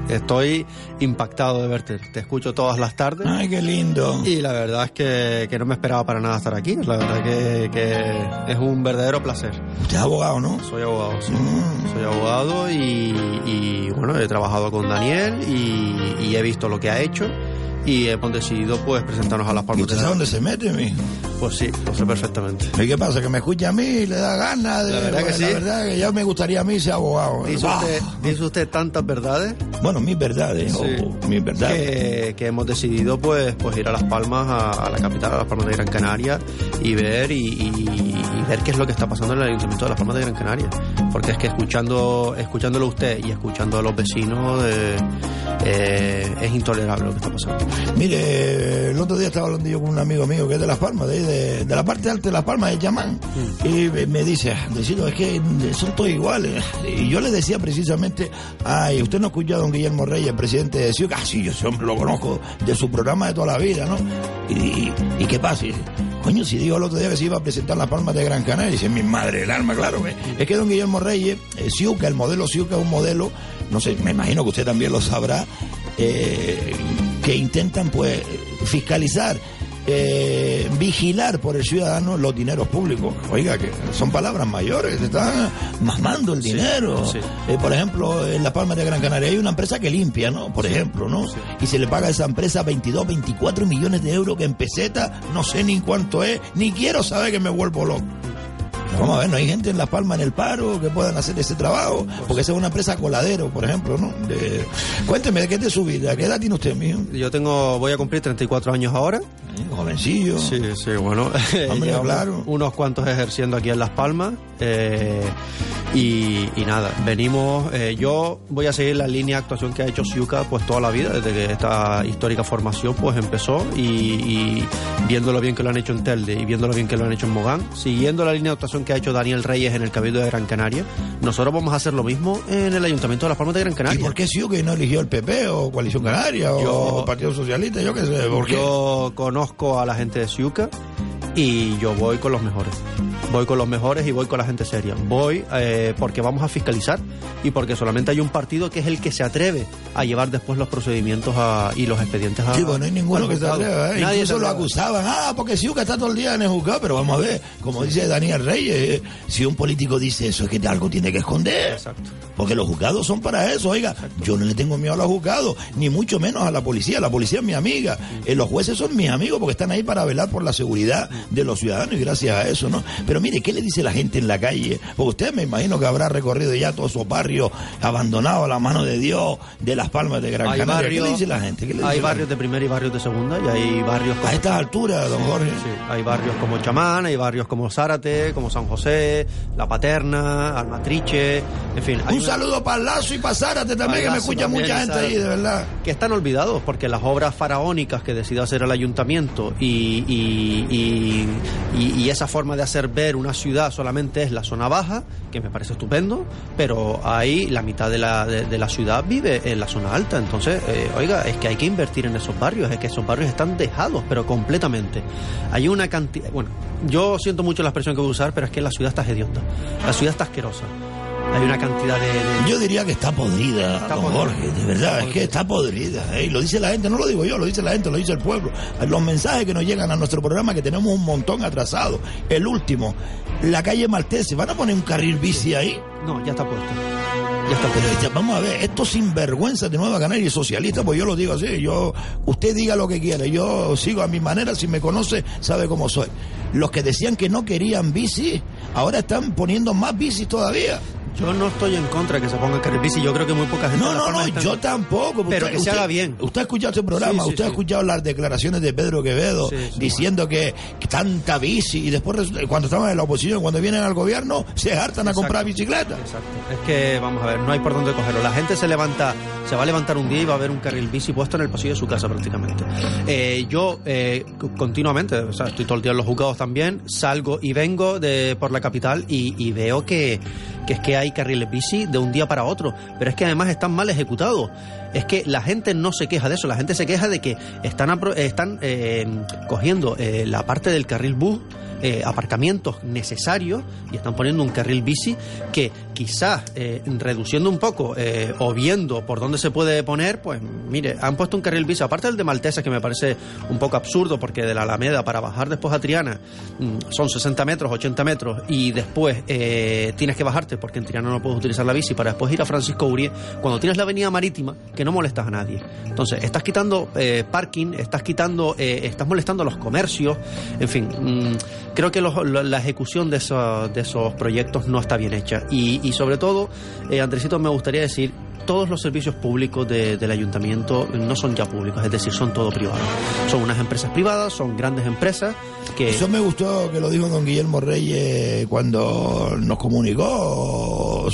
Speaker 14: Estoy impactado de verte. Te escucho todas las tardes.
Speaker 6: Ay, qué lindo.
Speaker 14: Y la verdad es que no me esperaba para nada estar aquí. La verdad que es un verdadero placer.
Speaker 6: Usted es abogado, ¿no?
Speaker 14: Soy abogado, sí. Soy abogado y bueno, he trabajado con Daniel y he visto lo que ha hecho. Y hemos decidido pues presentarnos a Las Palmas.
Speaker 6: ¿Y usted sabe dónde se mete, mijo?
Speaker 14: Pues sí, lo sé perfectamente.
Speaker 6: ¿Y qué pasa? ¿Que me escucha a mí y le da ganas?
Speaker 14: La verdad que sí.
Speaker 6: La verdad que ya me gustaría a mí ser abogado.
Speaker 14: ¿Dice usted tantas verdades?
Speaker 6: Bueno, mis verdades,
Speaker 14: sí.
Speaker 6: Mis verdades.
Speaker 14: Que hemos decidido pues ir a Las Palmas, a la capital, a Las Palmas de Gran Canaria, y ver ver qué es lo que está pasando en el Ayuntamiento de Las Palmas de Gran Canaria. Porque es que escuchándolo usted y escuchando a los vecinos es intolerable lo que está pasando.
Speaker 6: Mire, el otro día estaba hablando yo con un amigo mío que es de Las Palmas, de la parte alta de Las Palmas, de Yamán, y me dice, es que son todos iguales. Y yo le decía precisamente, ay, usted no escuchó a don Guillermo Reyes, el presidente de Ciuca. Ah, sí, yo ese hombre lo conozco de su programa de toda la vida, ¿no? ¿Y qué pasa? Y, coño, si dijo el otro día que se iba a presentar Las Palmas de Gran Canaria, dice, mi madre del alma, claro, es que don Guillermo Reyes, Ciuca, el modelo Ciuca es un modelo, no sé, me imagino que usted también lo sabrá, que intentan pues fiscalizar, vigilar por el ciudadano los dineros públicos. Oiga, que son palabras mayores, se están mamando el dinero. Sí. Por ejemplo, en Las Palmas de Gran Canaria hay una empresa que limpia, ¿no? Por ejemplo, ¿no? Sí. Y se le paga a esa empresa 22, 24 millones de euros, que en pesetas no sé ni cuánto es, ni quiero saber, que me vuelvo loco. Vamos a ver, no hay gente en Las Palmas en el paro que puedan hacer ese trabajo, porque esa es una empresa coladero, por ejemplo, ¿no? Cuénteme, ¿de qué es de su vida? ¿Qué edad tiene usted, mijo?
Speaker 14: Voy a cumplir 34 años ahora.
Speaker 6: Jovencillo.
Speaker 14: Sí, bueno.
Speaker 6: Hombre, claro.
Speaker 14: Unos cuantos ejerciendo aquí en Las Palmas. Y nada, venimos, yo voy a seguir la línea de actuación que ha hecho Ciuca pues toda la vida, desde que esta histórica formación pues empezó, y viendo lo bien que lo han hecho en Telde y viendo lo bien que lo han hecho en Mogán, siguiendo la línea de actuación que ha hecho Daniel Reyes en el Cabildo de Gran Canaria, nosotros vamos a hacer lo mismo en el Ayuntamiento de Las Palmas de Gran Canaria.
Speaker 6: ¿Y por qué Ciuca no eligió el PP o Coalición Canaria o Partido Socialista? Yo qué sé, ¿por qué?
Speaker 14: Yo conozco a la gente de Ciuca y yo voy con los mejores. Voy con los mejores y voy con la gente seria. Voy porque vamos a fiscalizar y porque solamente hay un partido que es el que se atreve a llevar después los procedimientos y los expedientes a...
Speaker 6: Sí, pues no hay ninguno que se atreva, ¿eh?
Speaker 14: Nadie
Speaker 6: incluso lo acusaban, porque Ciuca está todo el día en el juzgado, pero vamos a ver, como dice Daniel Reyes, si un político dice eso es que algo tiene que esconder.
Speaker 14: Exacto.
Speaker 6: Porque los juzgados son para eso, oiga. Exacto. Yo no le tengo miedo a los juzgados, ni mucho menos a la policía es mi amiga. Los jueces son mis amigos porque están ahí para velar por la seguridad de los ciudadanos y gracias a eso, ¿no? Pero mire, ¿qué le dice la gente en la calle? Porque usted me imagino que habrá recorrido ya todos esos barrios abandonados a la mano de Dios de Las Palmas de Gran Canaria. ¿Qué le dice la gente?
Speaker 14: Hay barrios de primera y barrios de segunda, y hay barrios...
Speaker 6: A estas alturas, don Jorge.
Speaker 14: Sí, hay barrios como Chamán, hay barrios como Zárate, como San José, La Paterna, Almatriche, en fin.
Speaker 6: Un saludo para Lazo y para Zárate también, que me escucha mucha gente ahí, de verdad.
Speaker 14: Que están olvidados, porque las obras faraónicas que decidió hacer el ayuntamiento y esa forma de hacer ver una ciudad solamente es la zona baja, que me parece estupendo, pero ahí la mitad de la ciudad vive en la zona alta. Entonces, oiga, es que hay que invertir en esos barrios, es que esos barrios están dejados, pero completamente. Hay una cantidad... Bueno, yo siento mucho la expresión que voy a usar, pero es que la ciudad está hedionda, la ciudad está asquerosa. Hay una cantidad de...
Speaker 6: Yo diría que está podrida, don Jorge, de verdad, es que está podrida. Y lo dice la gente, no lo digo yo, lo dice la gente, lo dice el pueblo. Los mensajes que nos llegan a nuestro programa, que tenemos un montón atrasado. El último, la calle Maltese, ¿van a poner un carril bici ahí?
Speaker 14: No, ya está puesto.
Speaker 6: Pero vamos a ver, estos sinvergüenzas de Nueva Canaria y socialistas, pues yo lo digo así, usted diga lo que quiera, yo sigo a mi manera, si me conoce sabe cómo soy. Los que decían que no querían bici, ahora están poniendo más bicis todavía.
Speaker 14: Yo no estoy en contra de que se ponga carril bici, yo creo que muy poca gente...
Speaker 6: No, yo tampoco.
Speaker 14: Pero que se haga bien.
Speaker 6: Usted ha escuchado este programa, usted ha escuchado las declaraciones de Pedro Quevedo diciendo que tanta bici, y después cuando estaban en la oposición, cuando vienen al gobierno, se hartan a comprar bicicletas.
Speaker 14: Exacto. Es que, vamos a ver, no hay por dónde cogerlo. La gente se va a levantar un día y va a ver un carril bici puesto en el pasillo de su casa prácticamente. Yo continuamente, o sea, estoy todo el día en los juzgados también, también, salgo y vengo por la capital y veo que es que hay carriles bici de un día para otro, pero es que además están mal ejecutados. Es que la gente no se queja de eso, la gente se queja de que están cogiendo la parte del carril bus, aparcamientos necesarios, y están poniendo un carril bici que quizás reduciendo un poco o viendo por dónde se puede poner, pues mire, han puesto un carril bici, aparte del de Maltesa, que me parece un poco absurdo, porque de la Alameda para bajar después a Triana son 60 metros, 80 metros, y después tienes que bajarte porque en Triana no puedes utilizar la bici para después ir a Francisco Urie, cuando tienes la avenida marítima, que no molestas a nadie. Entonces estás quitando parking, estás molestando a los comercios, en fin. Creo que la ejecución de esos proyectos no está bien hecha. Y sobre todo, Andresito, me gustaría decir, todos los servicios públicos del ayuntamiento no son ya públicos, es decir, son todo privados. Son unas empresas privadas, son grandes empresas que...
Speaker 6: Eso me gustó que lo dijo don Guillermo Reyes cuando nos comunicó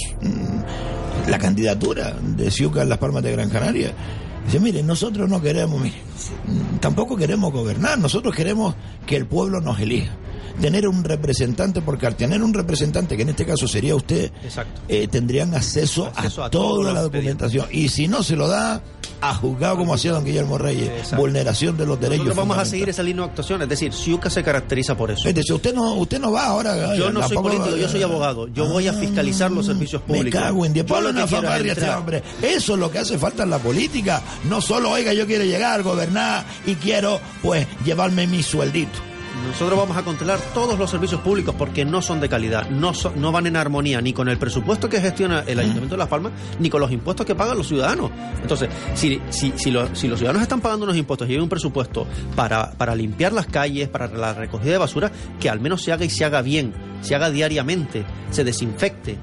Speaker 6: la candidatura de Ciuca en Las Palmas de Gran Canaria. Dice, mire, nosotros no queremos, tampoco queremos gobernar, nosotros queremos que el pueblo nos elija. Tener un representante, porque al tener un representante, que en este caso sería usted, tendrían acceso a toda la documentación. Y si no se lo da, a juzgado como hacía don Guillermo Reyes, vulneración de los derechos.
Speaker 14: Nosotros vamos a seguir esa línea de actuación, es decir, Ciuca se caracteriza por eso.
Speaker 6: Es decir, usted no va ahora.
Speaker 14: Yo no soy político, yo soy abogado. Yo voy a fiscalizar los servicios públicos.
Speaker 6: Me cago en Dios. Ponle una fanfarria a este hombre. Eso es lo que hace falta en la política. No solo, oiga, yo quiero llegar, gobernar y quiero, pues, llevarme mi sueldito.
Speaker 14: Nosotros vamos a controlar todos los servicios públicos porque no son de calidad, no van en armonía ni con el presupuesto que gestiona el Ayuntamiento de Las Palmas, ni con los impuestos que pagan los ciudadanos. Entonces, si los ciudadanos están pagando unos impuestos y hay un presupuesto para limpiar las calles, para la recogida de basura, que al menos se haga y se haga bien, se haga diariamente, se desinfecte.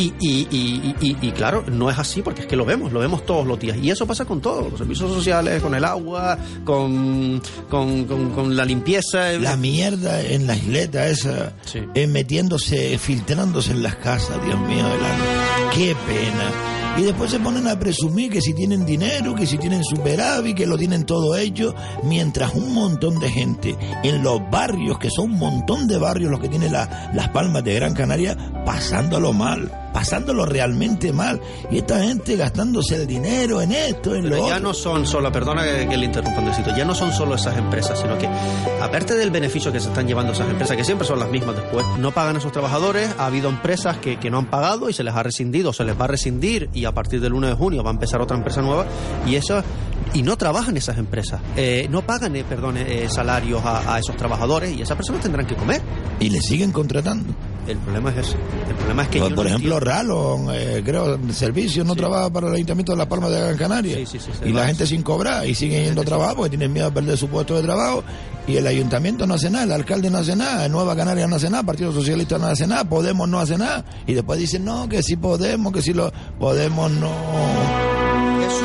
Speaker 14: Y claro, no es así porque es que lo vemos todos los días. Y eso pasa con todo, los servicios sociales, con el agua, con la limpieza.
Speaker 6: La mierda en la isleta esa, metiéndose, filtrándose en las casas, Dios mío, qué pena. Y después se ponen a presumir que si tienen dinero, que si tienen superávit, que lo tienen todo hecho, mientras un montón de gente en los barrios, que son un montón de barrios los que tienen Las Palmas de Gran Canaria, pasándolo mal, pasándolo realmente mal. Y esta gente gastándose el dinero en esto, en lo otro.
Speaker 14: Ya no son solo, perdona que le interrumpa un decito, ya no son solo esas empresas, sino que aparte del beneficio que se están llevando esas empresas, que siempre son las mismas después, no pagan a sus trabajadores. Ha habido empresas que no han pagado y se les ha rescindido, se les va a rescindir, y a partir del 1 de junio va a empezar otra empresa nueva, y no trabajan esas empresas, no pagan salarios a esos trabajadores, y esas personas tendrán que comer.
Speaker 6: Y le siguen contratando.
Speaker 14: El problema es eso. El problema es que
Speaker 6: por ejemplo, Ralon, creo, servicios no trabaja para el Ayuntamiento de Las Palmas de Gran Canaria.
Speaker 14: Sí,
Speaker 6: y la gente sin cobrar y siguen yendo a trabajar porque tienen miedo a perder su puesto de trabajo. Y el Ayuntamiento no hace nada, el alcalde no hace nada, Nueva Canaria no hace nada, Partido Socialista no hace nada, Podemos no hace nada. Y después dicen, no, que sí podemos, que sí lo podemos, no.
Speaker 14: Eso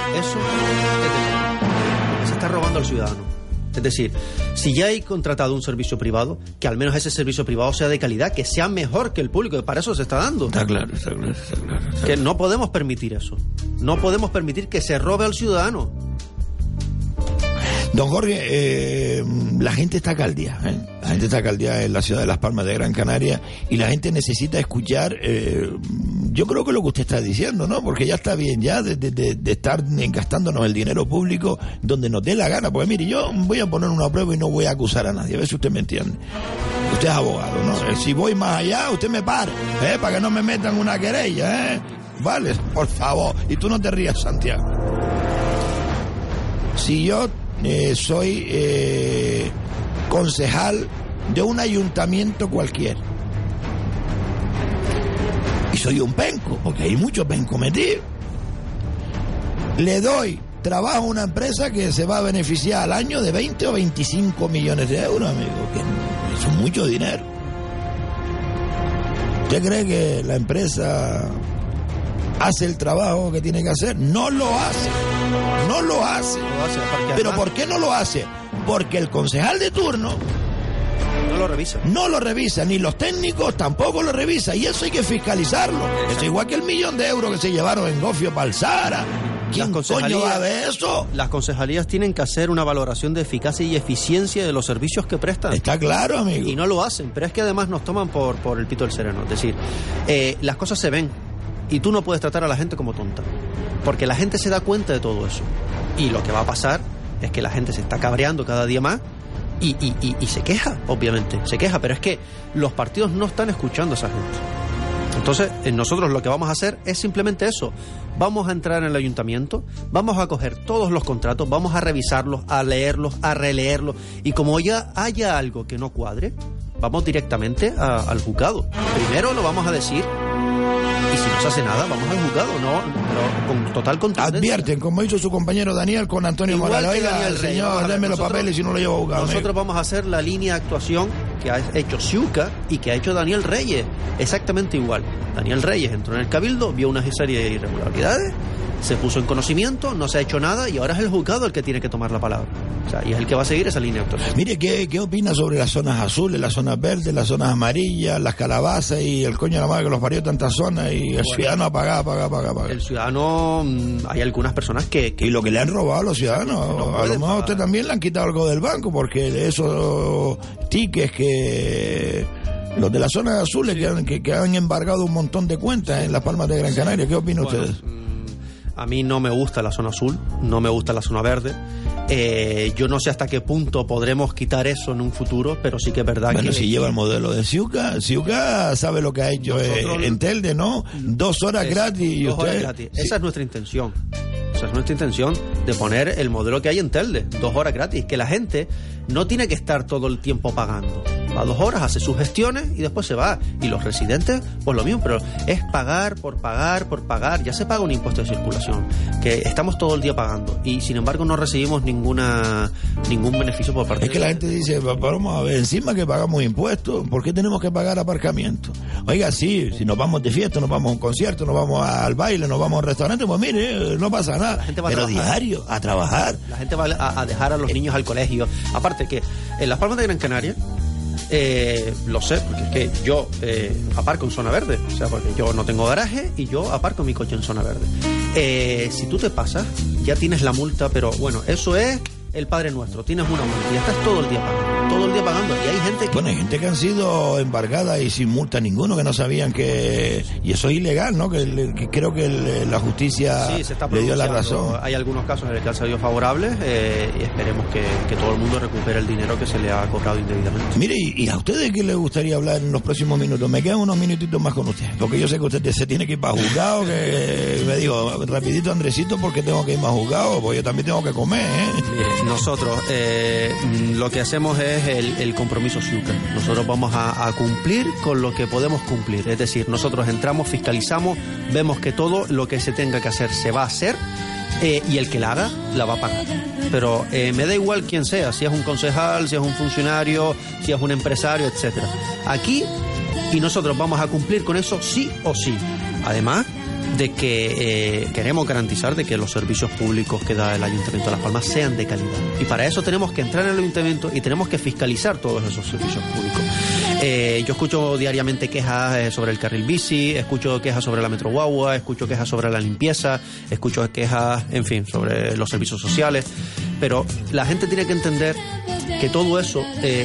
Speaker 14: se está robando al ciudadano. Es decir, si ya hay contratado un servicio privado, que al menos ese servicio privado sea de calidad, que sea mejor que el público, que para eso se está dando.
Speaker 6: Está claro.
Speaker 14: Que no podemos permitir eso. No podemos permitir que se robe al ciudadano.
Speaker 6: Don Jorge, la gente está caldeada, La gente está caldeada en la ciudad de Las Palmas de Gran Canaria y la gente necesita escuchar, yo creo que lo que usted está diciendo, ¿no? Porque ya está bien ya de estar gastándonos el dinero público donde nos dé la gana. Porque mire, yo voy a poner una prueba y no voy a acusar a nadie, a ver si usted me entiende. Usted es abogado, ¿no? Si voy más allá, usted me para, para que no me metan una querella, Vale, por favor. Y tú no te rías, Santiago. Si yo soy concejal de un ayuntamiento cualquiera y soy un penco, porque hay muchos pencos metidos, le doy trabajo a una empresa que se va a beneficiar al año de 20 o 25 millones de euros, amigo, que es mucho dinero. ¿Usted cree que la empresa hace el trabajo que tiene que hacer? No lo hace. ¿Pero por qué no lo hace? Porque el concejal de turno no lo revisa, ni los técnicos tampoco lo revisan, y eso hay que fiscalizarlo. Eso igual que el 1 millón de euros que se llevaron en Gofio Palsara, ¿Quién coño va a ver eso?
Speaker 14: Las concejalías tienen que hacer una valoración de eficacia y eficiencia de los servicios que prestan.
Speaker 6: Está claro, amigo.
Speaker 14: Y no lo hacen, pero es que además nos toman por el pito del sereno. Es decir, las cosas se ven y tú no puedes tratar a la gente como tonta, porque la gente se da cuenta de todo eso. Y lo que va a pasar es que la gente se está cabreando cada día más y se queja, obviamente, se queja, pero es que los partidos no están escuchando a esa gente. Entonces, nosotros lo que vamos a hacer es simplemente eso. Vamos a entrar en el ayuntamiento, vamos a coger todos los contratos, vamos a revisarlos, a leerlos, a releerlos, y como ya haya algo que no cuadre, vamos directamente al juzgado. Primero lo vamos a decir, y si no se hace nada, vamos al juzgado, pero con total contundencia.
Speaker 6: Advierten, como hizo su compañero Daniel con Antonio Morales. Oiga, señor, denme los papeles y no lo llevo a juzgado.
Speaker 14: Nosotros vamos a hacer la línea de actuación que ha hecho Ciuca y que ha hecho Daniel Reyes, exactamente igual. Daniel Reyes entró en el Cabildo, vio una serie de irregularidades, se puso en conocimiento, no se ha hecho nada y ahora es el juzgado el que tiene que tomar la palabra. O sea, y es el que va a seguir esa línea de actuación.
Speaker 6: Mire, ¿qué opina sobre las zonas azules, las zonas verdes, las zonas amarillas, las calabazas y el coño de la madre que los parió tantas zonas y el ciudadano a pagar?
Speaker 14: El ciudadano, hay algunas personas que...
Speaker 6: Y lo que le han robado a los ciudadanos, a lo mejor a usted también le han quitado algo del banco, porque de esos tickets que... Los de las zonas azules que han embargado un montón de cuentas en las Palmas de Gran Canaria, ¿qué opina ustedes?
Speaker 14: A mí no me gusta la zona azul, no me gusta la zona verde. Yo no sé hasta qué punto podremos quitar eso en un futuro, pero sí que es verdad que...
Speaker 6: Bueno, si lleva el modelo de Ciuca sabe lo que ha hecho en Telde, ¿no? 2 horas gratis. Y
Speaker 14: 2 horas gratis. Sí. Esa es nuestra intención. Esa es nuestra intención, de poner el modelo que hay en Telde, 2 horas gratis. Que la gente no tiene que estar todo el tiempo pagando. Va 2 horas, hace sus gestiones y después se va. Y los residentes, pues lo mismo, pero es pagar por pagar. Ya se paga un impuesto de circulación, que estamos todo el día pagando. Y sin embargo no recibimos ningún beneficio por parte de...
Speaker 6: Es que la gente dice, vamos a ver, encima que pagamos impuestos, ¿por qué tenemos que pagar aparcamiento? Oiga, sí, si nos vamos de fiesta, nos vamos a un concierto, nos vamos al baile, nos vamos a un restaurante, pues mire, no pasa nada.
Speaker 14: La gente va
Speaker 6: pero
Speaker 14: a
Speaker 6: diario, a trabajar.
Speaker 14: La gente va a dejar a los niños al colegio. Aparte que en las Palmas de Gran Canaria, lo sé, porque es que yo aparco en zona verde, o sea, porque yo no tengo garaje y yo aparco mi coche en zona verde. Si tú te pasas, ya tienes la multa, pero bueno, eso es el Padre Nuestro, tienes una multa y ya estás todo el día pagando, y hay gente que...
Speaker 6: Bueno, hay gente que han sido embargadas y sin multa ninguno, que no sabían que... Y eso es ilegal, ¿no? Que creo que la justicia le dio la razón.
Speaker 14: Hay algunos casos en los que han salido favorables y esperemos que todo el mundo recupere el dinero que se le ha cobrado indebidamente.
Speaker 6: Mire, ¿y a ustedes qué les gustaría hablar en los próximos minutos? Me quedan unos minutitos más con usted, porque yo sé que usted se tiene que ir para juzgado, que me digo, rapidito Andresito, porque tengo que ir más juzgado, porque yo también tengo que comer,
Speaker 14: Mire, nosotros lo que hacemos es el compromiso Ciuca. Nosotros vamos a cumplir con lo que podemos cumplir. Es decir, nosotros entramos, fiscalizamos, vemos que todo lo que se tenga que hacer se va a hacer y el que la haga, la va a pagar. Pero me da igual quién sea, si es un concejal, si es un funcionario, si es un empresario, etcétera. Aquí, y nosotros vamos a cumplir con eso sí o sí. Además de que queremos garantizar de que los servicios públicos que da el Ayuntamiento de Las Palmas sean de calidad. Y para eso tenemos que entrar en el Ayuntamiento y tenemos que fiscalizar todos esos servicios públicos. Yo escucho diariamente quejas sobre el carril bici, escucho quejas sobre la Metro Guagua, escucho quejas sobre la limpieza, escucho quejas, en fin, sobre los servicios sociales. Pero la gente tiene que entender que todo eso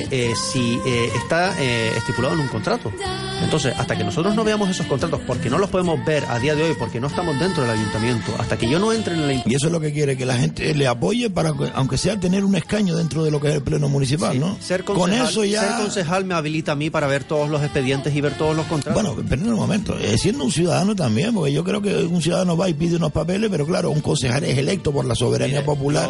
Speaker 14: está estipulado en un contrato. Entonces, hasta que nosotros no veamos esos contratos, porque no los podemos ver a día de hoy, porque no estamos dentro del ayuntamiento, hasta que yo no entre en el ayuntamiento...
Speaker 6: Y eso es lo que quiere, que la gente le apoye para, aunque sea, tener un escaño dentro de lo que es el pleno municipal, sí, ¿no?
Speaker 14: Ser concejal,
Speaker 6: con eso ya...
Speaker 14: Ser concejal me habilita a mí para ver todos los expedientes y ver todos los contratos.
Speaker 6: Bueno, pero en un momento, siendo un ciudadano también, porque yo creo que un ciudadano va y pide unos papeles, pero claro, un concejal es electo por la soberanía popular.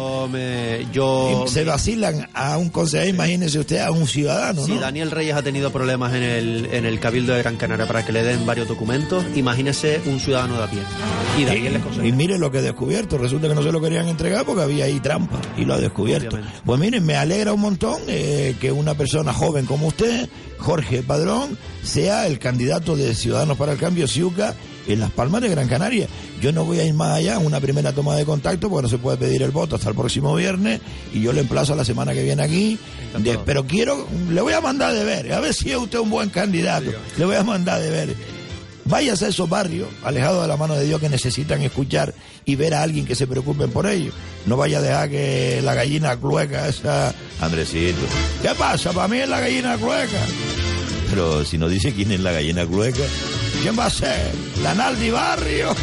Speaker 6: Y se vacilan a un concejal, imagínese usted, a un ciudadano, ¿no?
Speaker 14: Si Daniel Reyes ha tenido problemas en el Cabildo de Gran Canaria para que le den varios documentos, imagínese un ciudadano de a pie. Y Daniel le concede.
Speaker 6: Y mire lo que he descubierto, resulta que no se lo querían entregar porque había ahí trampa, y lo ha descubierto. Obviamente. Pues miren, me alegra un montón que una persona joven como usted, Jorge Padrón, sea el candidato de Ciudadanos para el Cambio, Ciuca, en Las Palmas de Gran Canaria. Yo no voy a ir más allá, una primera toma de contacto, porque no se puede pedir el voto hasta el próximo viernes, y yo le emplazo a la semana que viene aquí, pero le voy a mandar de ver, a ver si es usted un buen candidato, le voy a mandar de ver. Váyase a esos barrios, alejados de la mano de Dios, que necesitan escuchar y ver a alguien que se preocupe por ellos. No vaya a dejar que la gallina clueca esa... Andresito, ¿qué pasa? Para mí es la gallina clueca. Pero si no dice quién es la gallina clueca, ¿quién va a ser? La Naldi Barrio.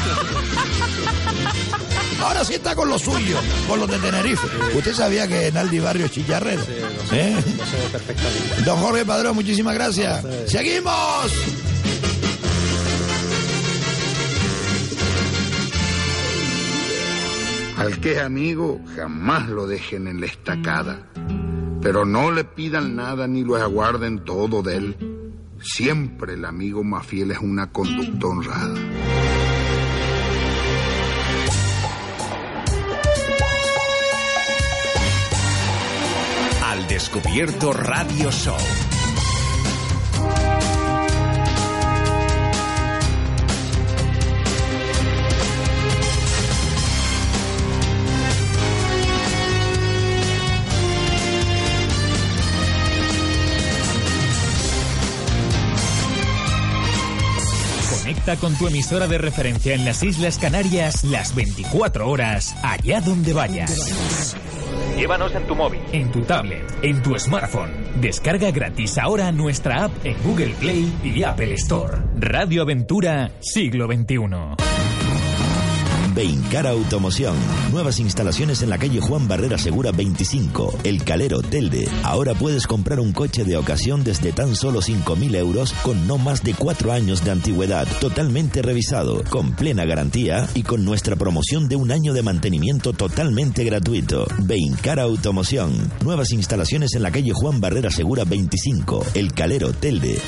Speaker 6: Ahora sí está con lo suyo, con los de Tenerife. ¿Usted sabía que Naldi Barrio es chicharrero?
Speaker 14: Sí, lo sé perfectamente.
Speaker 6: Don Jorge Padrón, muchísimas gracias. ¡Seguimos!
Speaker 4: Al que es amigo, jamás lo dejen en la estacada. Pero no le pidan nada ni lo aguarden todo de él. Siempre el amigo más fiel es una conducta honrada.
Speaker 5: Al Descubierto Radio Show.
Speaker 7: Conecta con tu emisora de referencia en las Islas Canarias las 24 horas, allá donde vayas. Llévanos en tu móvil, en tu tablet, en tu smartphone. Descarga gratis ahora nuestra app en Google Play y Apple Store. Radio Aventura, siglo XXI.
Speaker 9: Beincar Automoción. Nuevas instalaciones en la calle Juan Barrera Segura 25, El Calero, Telde. Ahora puedes comprar un coche de ocasión desde tan solo 5.000 euros con no más de 4 años de antigüedad, totalmente revisado, con plena garantía y con nuestra promoción de 1 año de mantenimiento totalmente gratuito. Beincar Automoción. Nuevas instalaciones en la calle Juan Barrera Segura 25, El Calero, Telde.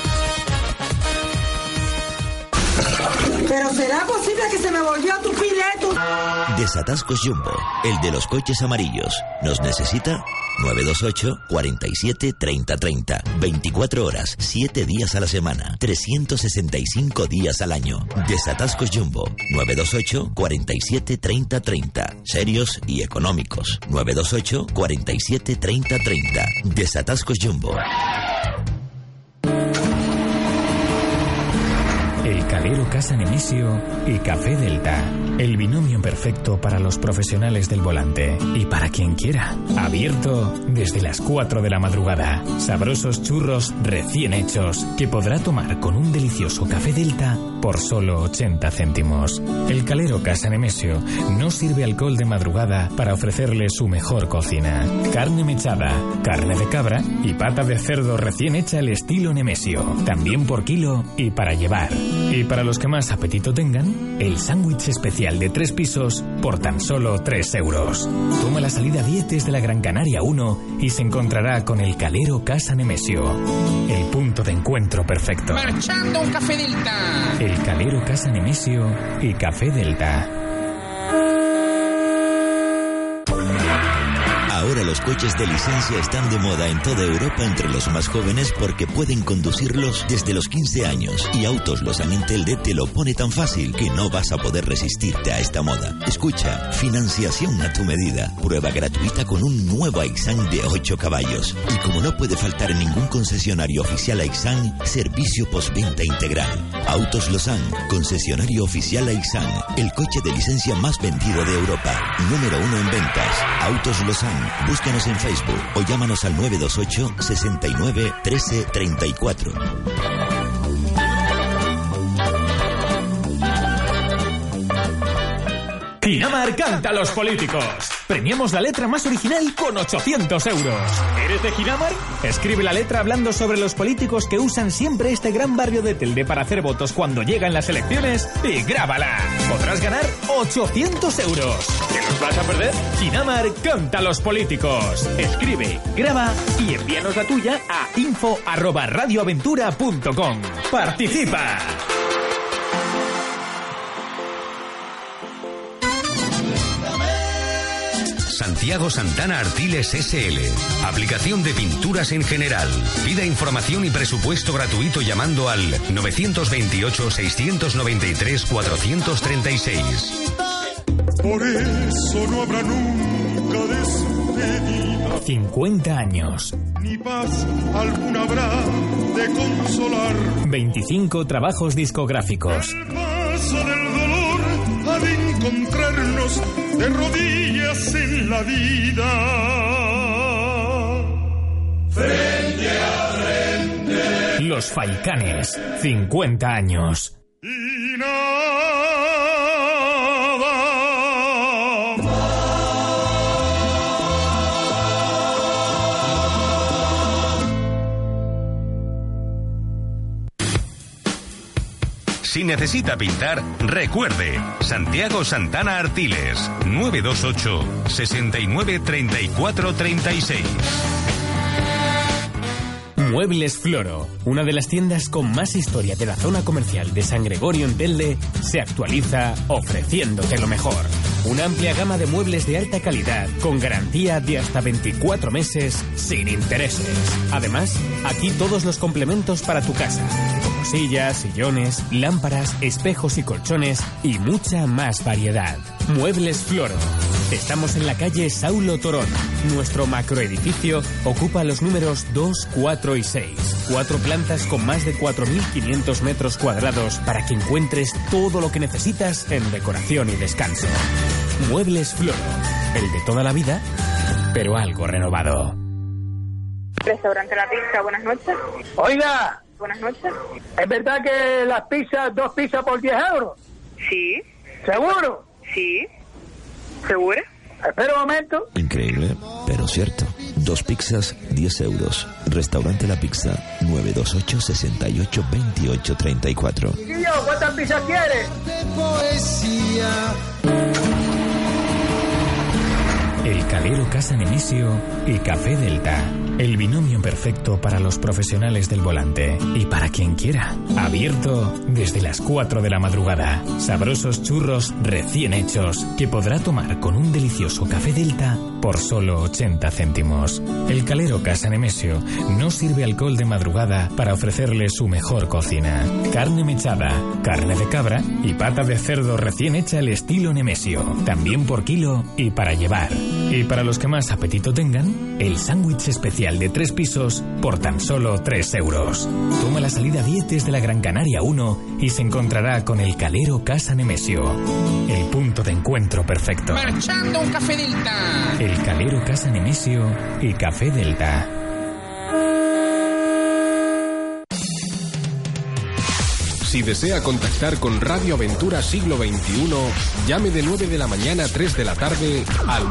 Speaker 8: Pero ¿será posible que se me volvió tu pileto?
Speaker 9: Desatascos Jumbo, el de los coches amarillos. ¿Nos necesita? 928 47 30 30. 24 horas, 7 días a la semana, 365 días al año. Desatascos Jumbo, 928 47 30 30. Serios y económicos. 928 47 30 30. Desatascos Jumbo.
Speaker 7: El Calero Casa Nemesio y Café Delta. El binomio perfecto para los profesionales del volante y para quien quiera. Abierto desde las 4 de la madrugada. Sabrosos churros recién hechos que podrá tomar con un delicioso Café Delta por solo 80 céntimos. El Calero Casa Nemesio no sirve alcohol de madrugada para ofrecerle su mejor cocina. Carne mechada, carne de cabra y pata de cerdo recién hecha al estilo Nemesio. También por kilo y para llevar. Y para los que más apetito tengan, el sándwich especial de 3 pisos por tan solo 3 euros. Toma la salida 10 desde la Gran Canaria 1 y se encontrará con el Calero Casa Nemesio. El punto de encuentro perfecto.
Speaker 15: Marchando un Café Delta.
Speaker 7: El Calero Casa Nemesio y Café Delta.
Speaker 9: Ahora los coches de licencia están de moda en toda Europa entre los más jóvenes porque pueden conducirlos desde los 15 años. Y Autos Lozán en Telde te lo pone tan fácil que no vas a poder resistirte a esta moda. Escucha, financiación a tu medida. Prueba gratuita con un nuevo Aixam de 8 caballos. Y como no puede faltar en ningún concesionario oficial Aixam, servicio postventa integral. Autos Lozán, concesionario oficial Aixam. El coche de licencia más vendido de Europa. Número 1 en ventas. Autos Lozán. Búscanos en Facebook o llámanos al 928 69 13 34.
Speaker 7: Ginamar canta a los políticos. Premiamos la letra más original con 800 euros. ¿Eres de Ginamar? Escribe la letra hablando sobre los políticos que usan siempre este gran barrio de Telde para hacer votos cuando llegan las elecciones y grábala. Podrás ganar 800 euros. ¿Te los vas a perder? Ginamar canta a los políticos. Escribe, graba y envíanos la tuya a info@radioaventura.com. ¡Participa!
Speaker 16: Santiago Santana Artiles S.L. Aplicación de pinturas en general. Pida información y presupuesto gratuito llamando al 928-693-436.
Speaker 17: Por eso no habrá nunca despedida.
Speaker 7: 50 años.
Speaker 17: ni paz alguna habrá de consolar.
Speaker 7: 25 trabajos discográficos.
Speaker 17: El paso del dolor ha de encontrarnos de rodillas en la vida. Frente a frente.
Speaker 7: Los Faicanes, 50 años.
Speaker 17: Y nada.
Speaker 16: Si necesita pintar, recuerde, Santiago Santana Artiles, 928 69 34 36.
Speaker 7: Muebles Floro, una de las tiendas con más historia de la zona comercial de San Gregorio en Telde, se actualiza ofreciéndote lo mejor. Una amplia gama de muebles de alta calidad con garantía de hasta 24 meses sin intereses. Además, aquí todos los complementos para tu casa, como sillas, sillones, lámparas, espejos y colchones y mucha más variedad. Muebles Floro. Estamos en la calle Saulo Torón. Nuestro macroedificio ocupa los números 2, 4 y 6. 4 plantas con más de 4.500 metros cuadrados para que encuentres todo lo que necesitas en decoración y descanso. Muebles Floro. El de toda la vida, pero algo renovado.
Speaker 18: Restaurante La Pizza, buenas noches.
Speaker 3: Oiga.
Speaker 18: Buenas noches.
Speaker 3: ¿Es verdad que las pizzas, 2 pizzas por 10 euros?
Speaker 18: Sí.
Speaker 3: ¿Seguro?
Speaker 18: Sí. ¿Seguro?
Speaker 3: Espera un momento.
Speaker 9: Increíble, pero cierto. 2 pizzas, 10 euros. Restaurante La Pizza, 928 68 28 34.
Speaker 3: Chiquillo, ¿cuántas pizzas quieres?
Speaker 19: Poesía.
Speaker 7: El Calero Casa Nemesio y Café Delta. El binomio perfecto para los profesionales del volante y para quien quiera. Abierto desde las 4 de la madrugada. Sabrosos churros recién hechos que podrá tomar con un delicioso Café Delta por solo 80 céntimos. El Calero Casa Nemesio no sirve alcohol de madrugada para ofrecerle su mejor cocina. Carne mechada, carne de cabra y pata de cerdo recién hecha al estilo Nemesio. También por kilo y para llevar. Y para los que más apetito tengan, el sándwich especial de 3 pisos por tan solo 3 euros. Toma la salida 10 desde la Gran Canaria 1 y se encontrará con el Calero Casa Nemesio. El punto de encuentro perfecto.
Speaker 15: Marchando un Café Delta.
Speaker 7: El Calero Casa Nemesio y Café Delta.
Speaker 20: Si desea contactar con Radio Aventura Siglo XXI, llame de 9 de la mañana a 3 de la tarde al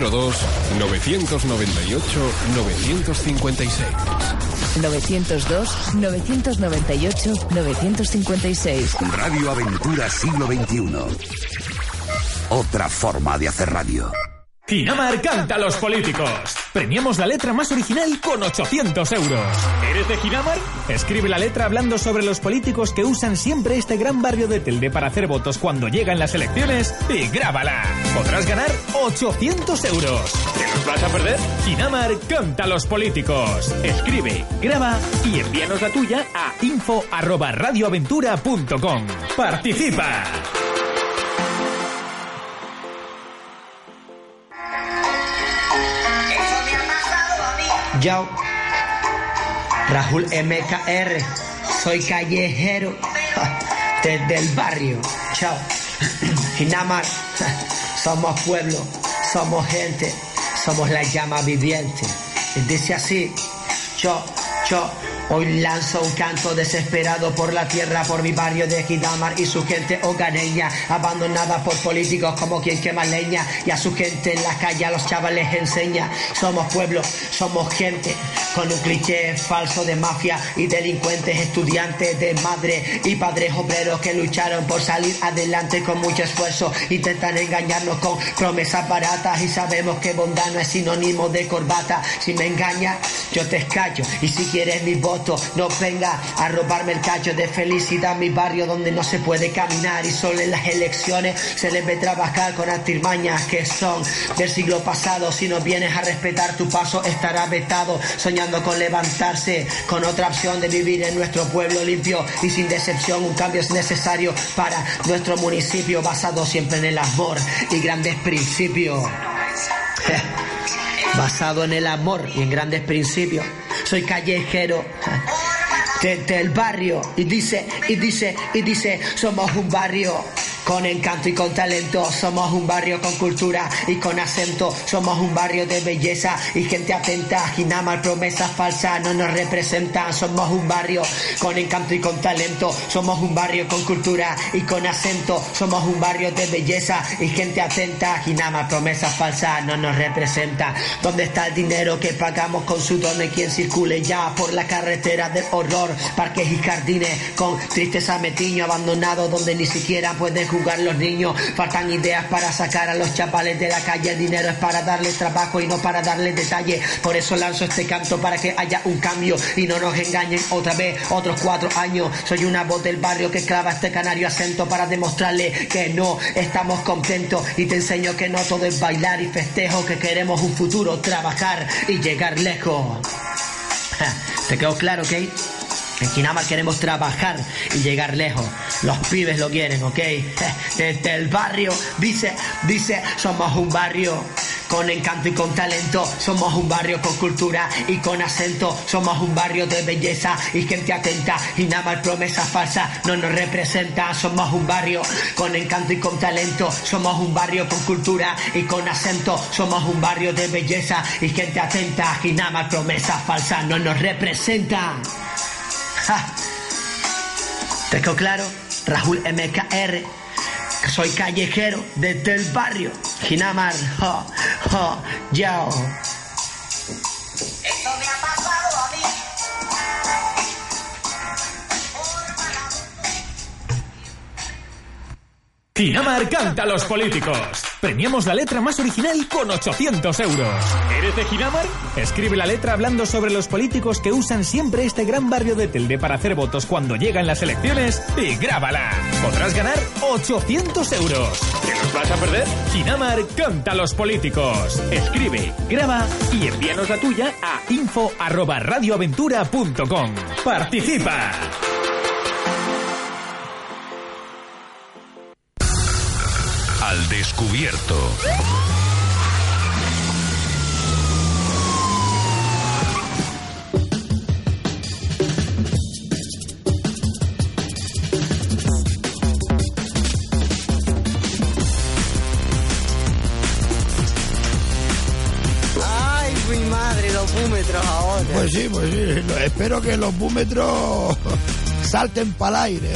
Speaker 20: 902-998-956.
Speaker 2: 902-998-956.
Speaker 10: Radio Aventura Siglo XXI. Otra forma de hacer radio.
Speaker 7: Ginamar canta a los políticos. Premiamos la letra más original con 800 euros. ¿Eres de Ginamar? Escribe la letra hablando sobre los políticos que usan siempre este gran barrio de Telde para hacer votos cuando llegan las elecciones y grábala. Podrás ganar 800 euros. ¿Te los vas a perder? Ginamar canta a los políticos. Escribe, graba y envíanos la tuya a info@radioaventura.com. ¡Participa!
Speaker 21: Yo, Raúl MKR, soy callejero desde el barrio. Chao, Ginamar, somos pueblo, somos gente, somos la llama viviente. Y dice así, yo, hoy lanzo un canto desesperado por la tierra, por mi barrio de Ginamar y su gente hogareña, abandonada por políticos como quien quema leña, y a su gente en la calle a los chavales enseña. Somos pueblo, somos gente, con un cliché falso de mafia y delincuentes, estudiantes de madre y padres obreros que lucharon por salir adelante con mucho esfuerzo. Intentan engañarnos con promesas baratas y sabemos que bondad no es sinónimo de corbata. Si me engañas, yo te escacho, y si quieres mi voto, no venga a robarme el cacho de felicidad. Mi barrio donde no se puede caminar y solo en las elecciones se les ve trabajar con artimañas que son del siglo pasado. Si no vienes a respetar tu paso estará vetado, soñando con levantarse, con otra opción de vivir en nuestro pueblo limpio y sin decepción. Un cambio es necesario para nuestro municipio, basado siempre en el amor y grandes principios. Basado en el amor y en grandes principios. soy callejero del barrio. Y dice, somos un barrio con encanto y con talento, somos un barrio con cultura y con acento, somos un barrio de belleza y gente atenta, y nada más promesas falsas no nos representan, somos un barrio con encanto y con talento, somos un barrio con cultura y con acento, somos un barrio de belleza y gente atenta, y nada más promesas falsas no nos representan. ¿Dónde está el dinero que pagamos con sudor de quien circule ya por la carretera del horror? Parques y jardines con tristeza metiño abandonado donde ni siquiera pueden jugar los niños. Faltan ideas para sacar a los chavales de la calle. El dinero es para darles trabajo y no para darles detalle. Por eso lanzo este canto para que haya un cambio y no nos engañen otra vez otros 4 años. Soy una voz del barrio que clava este canario acento para demostrarle que no estamos contentos, y te enseño que no todo es bailar y festejo, que queremos un futuro, trabajar y llegar lejos. ¿Te quedó claro, ok? En Ginamar queremos trabajar y llegar lejos. Los pibes lo quieren, ¿ok? Desde el barrio, dice, somos un barrio con encanto y con talento, somos un barrio con cultura y con acento, somos un barrio de belleza y gente atenta, y nada más promesas falsas no nos representa. Somos un barrio con encanto y con talento, somos un barrio con cultura y con acento, somos un barrio de belleza y gente atenta, y nada más promesas falsas no nos representa. ¿Te quedó claro? Rahul MKR, soy callejero desde el barrio Ginamar, yao. Esto me ha pasado a mí.
Speaker 7: Ginamar canta a los políticos. Premiamos la letra más original con 800 euros. ¿Eres de Ginamar? Escribe la letra hablando sobre los políticos que usan siempre este gran barrio de Telde para hacer votos cuando llegan las elecciones y grábala. Podrás ganar 800 euros. ¿Te los vas a perder? Ginamar canta a los políticos. Escribe, graba y envíanos la tuya a info@radioaventura.com. ¡Participa!
Speaker 16: Al descubierto.
Speaker 12: Ay, mi madre, los búmetros ahora.
Speaker 6: Pues sí. Espero que los búmetros salten para el aire,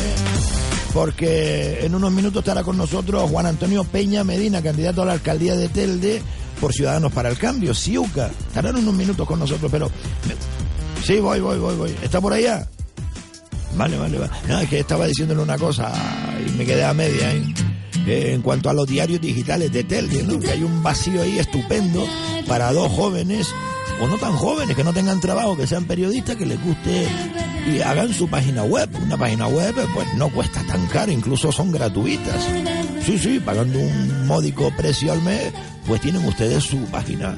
Speaker 6: porque en unos minutos estará con nosotros Juan Antonio Peña Medina, candidato a la alcaldía de Telde por Ciudadanos para el Cambio, CIUCA. Estarán unos minutos con nosotros, pero... Sí, voy. ¿Está por allá? Vale. No, es que estaba diciéndole una cosa y me quedé a media, en cuanto a los diarios digitales de Telde, ¿no? Que hay un vacío ahí estupendo para 2 jóvenes, o no tan jóvenes, que no tengan trabajo, que sean periodistas, que les guste y hagan su página web. Una página web pues no cuesta tan caro, incluso son gratuitas. Sí, pagando un módico precio al mes, pues tienen ustedes su página,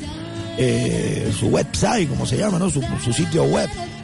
Speaker 6: su website, como se llama, ¿no? Su sitio web.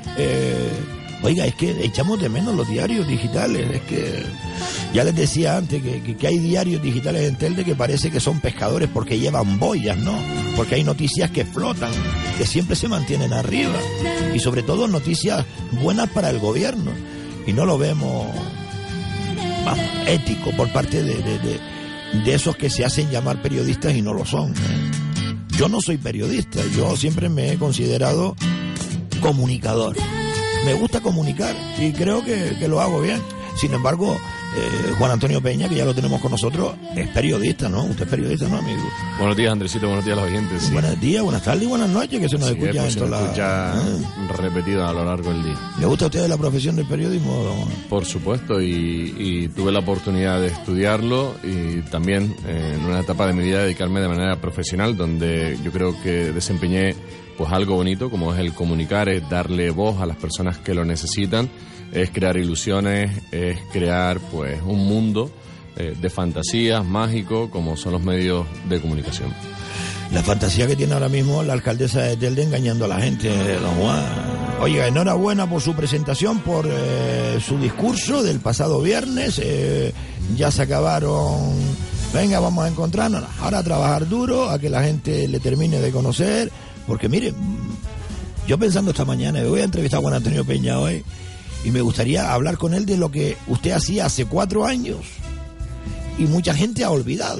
Speaker 6: Oiga, es que echamos de menos los diarios digitales. Es que ya les decía antes que hay diarios digitales en Telde que parece que son pescadores porque llevan boyas, ¿no? Porque hay noticias que flotan, que siempre se mantienen arriba, y sobre todo noticias buenas para el gobierno, y no lo vemos, vamos, ético por parte de esos que se hacen llamar periodistas y no lo son. Yo no soy periodista, yo siempre me he considerado comunicador. Me gusta comunicar y creo que lo hago bien. Sin embargo, Juan Antonio Peña, que ya lo tenemos con nosotros, es periodista, ¿no? Usted es periodista, ¿no, amigo?
Speaker 11: Buenos días, Andresito, buenos días a los oyentes. Sí.
Speaker 6: Buenos días, buenas tardes y buenas noches, que se nos escucha
Speaker 11: pues
Speaker 6: esto.
Speaker 11: Repetido a lo largo del día.
Speaker 6: ¿Le gusta a usted la profesión del periodismo?
Speaker 11: Por supuesto, y tuve la oportunidad de estudiarlo y también en una etapa de mi vida dedicarme de manera profesional, donde yo creo que desempeñé pues algo bonito, como es el comunicar, es darle voz a las personas que lo necesitan, es crear ilusiones, es crear pues un mundo de fantasías, mágico, como son los medios de comunicación.
Speaker 6: La fantasía que tiene ahora mismo la alcaldesa de Telde engañando a la gente, don Juan. Oiga, enhorabuena por su presentación, por su discurso del pasado viernes. Ya se acabaron. Venga, vamos a encontrarnos. Ahora a trabajar duro, a que la gente le termine de conocer. Porque mire, Yo pensando esta mañana, voy a entrevistar a Juan Antonio Peña hoy, y me gustaría hablar con él de lo que usted hacía hace 4 años y mucha gente ha olvidado.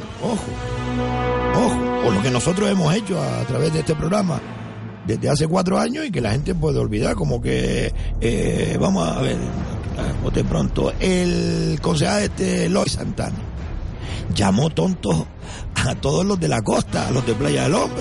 Speaker 6: Ojo, o lo que nosotros hemos hecho a través de este programa desde hace 4 años y que la gente puede olvidar, como que vamos a ver, de pronto el concejal Eloy Santana llamó tontos a todos los de la costa, a los de Playa del Hombre.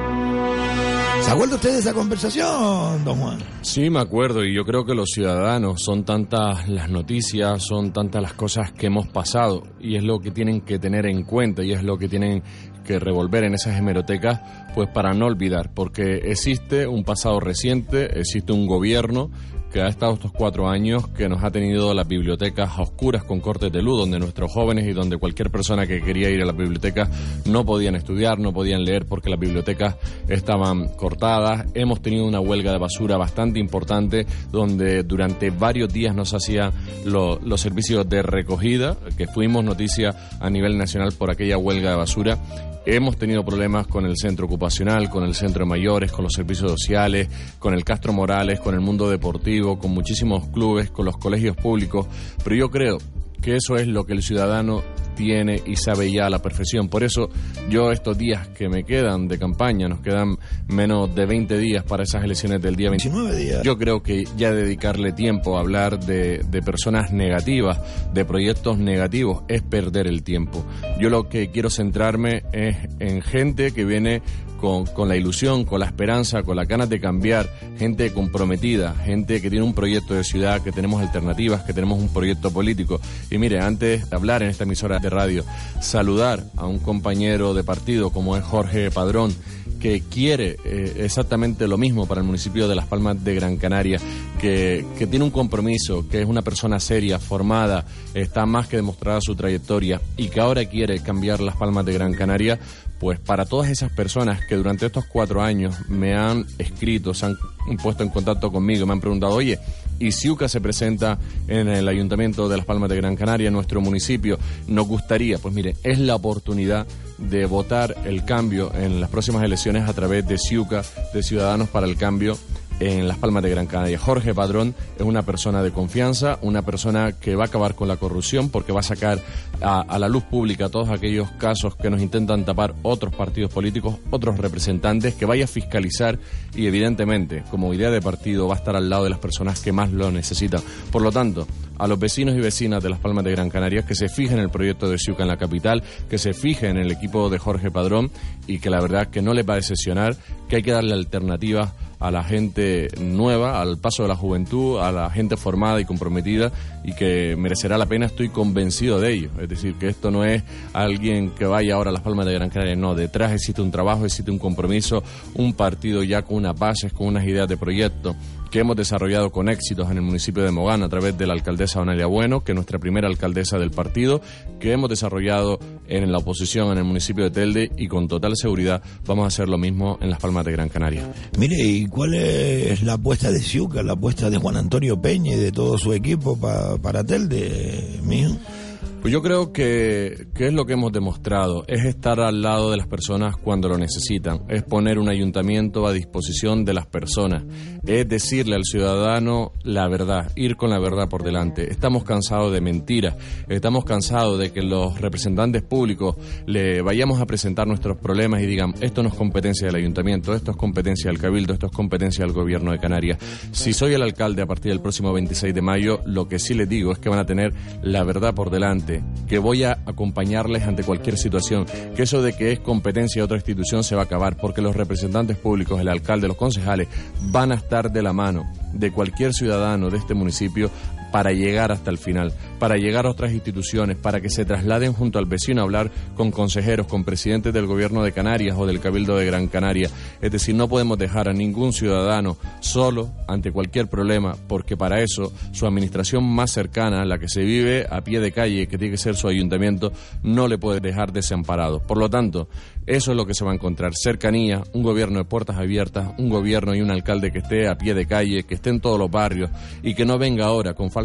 Speaker 6: ¿Se acuerda usted de esa conversación, don Juan?
Speaker 11: Sí, me acuerdo, y yo creo que los ciudadanos, son tantas las noticias, son tantas las cosas que hemos pasado, y es lo que tienen que tener en cuenta, y es lo que tienen que revolver en esas hemerotecas, pues para no olvidar, porque existe un pasado reciente, existe un gobierno que ha estado estos 4 años, que nos ha tenido las bibliotecas a oscuras con cortes de luz, donde nuestros jóvenes y donde cualquier persona que quería ir a la biblioteca no podían estudiar, no podían leer porque las bibliotecas estaban cortadas. Hemos tenido una huelga de basura bastante importante, donde durante varios días nos hacían los servicios de recogida, que fuimos noticia a nivel nacional por aquella huelga de basura. Hemos tenido problemas con el centro ocupacional, con el centro de mayores, con los servicios sociales, con el Castro Morales, con el mundo deportivo, con muchísimos clubes, con los colegios públicos, pero yo creo que eso es lo que el ciudadano tiene y sabe ya a la perfección. Por eso yo estos días que me quedan de campaña, nos quedan menos de 20 días para esas elecciones del día
Speaker 6: 19 días.
Speaker 11: Yo creo que ya dedicarle tiempo a hablar de personas negativas, de proyectos negativos, es perder el tiempo. Yo lo que quiero centrarme es en gente que viene con la ilusión, con la esperanza, con las ganas de cambiar, gente comprometida, gente que tiene un proyecto de ciudad, que tenemos alternativas, que tenemos un proyecto político. Y mire, antes de hablar en esta emisora de radio, saludar a un compañero de partido como es Jorge Padrón, que quiere exactamente lo mismo para el municipio de Las Palmas de Gran Canaria, que tiene un compromiso, que es una persona seria, formada, está más que demostrada su trayectoria y que ahora quiere cambiar Las Palmas de Gran Canaria. Pues para todas esas personas que durante estos 4 años me han escrito, se han puesto en contacto conmigo, me han preguntado, oye, ¿y si UCA se presenta en el Ayuntamiento de Las Palmas de Gran Canaria, en nuestro municipio? Nos gustaría, pues mire, es la oportunidad de votar el cambio en las próximas elecciones a través de CIUCA, de Ciudadanos para el Cambio, en Las Palmas de Gran Canaria. Jorge Padrón es una persona de confianza, una persona que va a acabar con la corrupción porque va a sacar a la luz pública todos aquellos casos que nos intentan tapar otros partidos políticos, otros representantes, que vaya a fiscalizar y evidentemente, como idea de partido, va a estar al lado de las personas que más lo necesitan. Por lo tanto, a los vecinos y vecinas de Las Palmas de Gran Canaria que se fijen en el proyecto de CIUCA en la capital, que se fijen en el equipo de Jorge Padrón y que la verdad que no les va a decepcionar, que hay que darle alternativas a la gente nueva, al paso de la juventud, a la gente formada y comprometida y que merecerá la pena, estoy convencido de ello. Es decir, que esto no es alguien que vaya ahora a Las Palmas de Gran Canaria, no, detrás existe un trabajo, existe un compromiso, un partido ya con unas bases, con unas ideas de proyecto que hemos desarrollado con éxitos en el municipio de Mogán a través de la alcaldesa Onalia Bueno, que es nuestra primera alcaldesa del partido, que hemos desarrollado en la oposición en el municipio de Telde y con total seguridad vamos a hacer lo mismo en Las Palmas de Gran Canaria.
Speaker 6: Mire, ¿y cuál es la apuesta de CIUCA, la apuesta de Juan Antonio Peña y de todo su equipo para Telde, mijo?
Speaker 11: Pues yo creo que es lo que hemos demostrado, es estar al lado de las personas cuando lo necesitan, es poner un ayuntamiento a disposición de las personas, es decirle al ciudadano la verdad, ir con la verdad por delante. Estamos cansados de mentiras, estamos cansados de que los representantes públicos le vayamos a presentar nuestros problemas y digan, esto no es competencia del ayuntamiento, esto es competencia del cabildo, esto es competencia del gobierno de Canarias. Si soy el alcalde a partir del próximo 26 de mayo, lo que sí les digo es que van a tener la verdad por delante, que voy a acompañarles ante cualquier situación, que eso de que es competencia de otra institución se va a acabar, porque los representantes públicos, el alcalde, los concejales, van a estar de la mano de cualquier ciudadano de este municipio para llegar hasta el final, para llegar a otras instituciones, para que se trasladen junto al vecino a hablar con consejeros, con presidentes del gobierno de Canarias o del Cabildo de Gran Canaria. Es decir, no podemos dejar a ningún ciudadano solo ante cualquier problema, porque para eso su administración más cercana, la que se vive a pie de calle, que tiene que ser su ayuntamiento, no le puede dejar desamparado. Por lo tanto, eso es lo que se va a encontrar: cercanía, un gobierno de puertas abiertas, un gobierno y un alcalde que esté a pie de calle, que esté en todos los barrios y que no venga ahora con falsas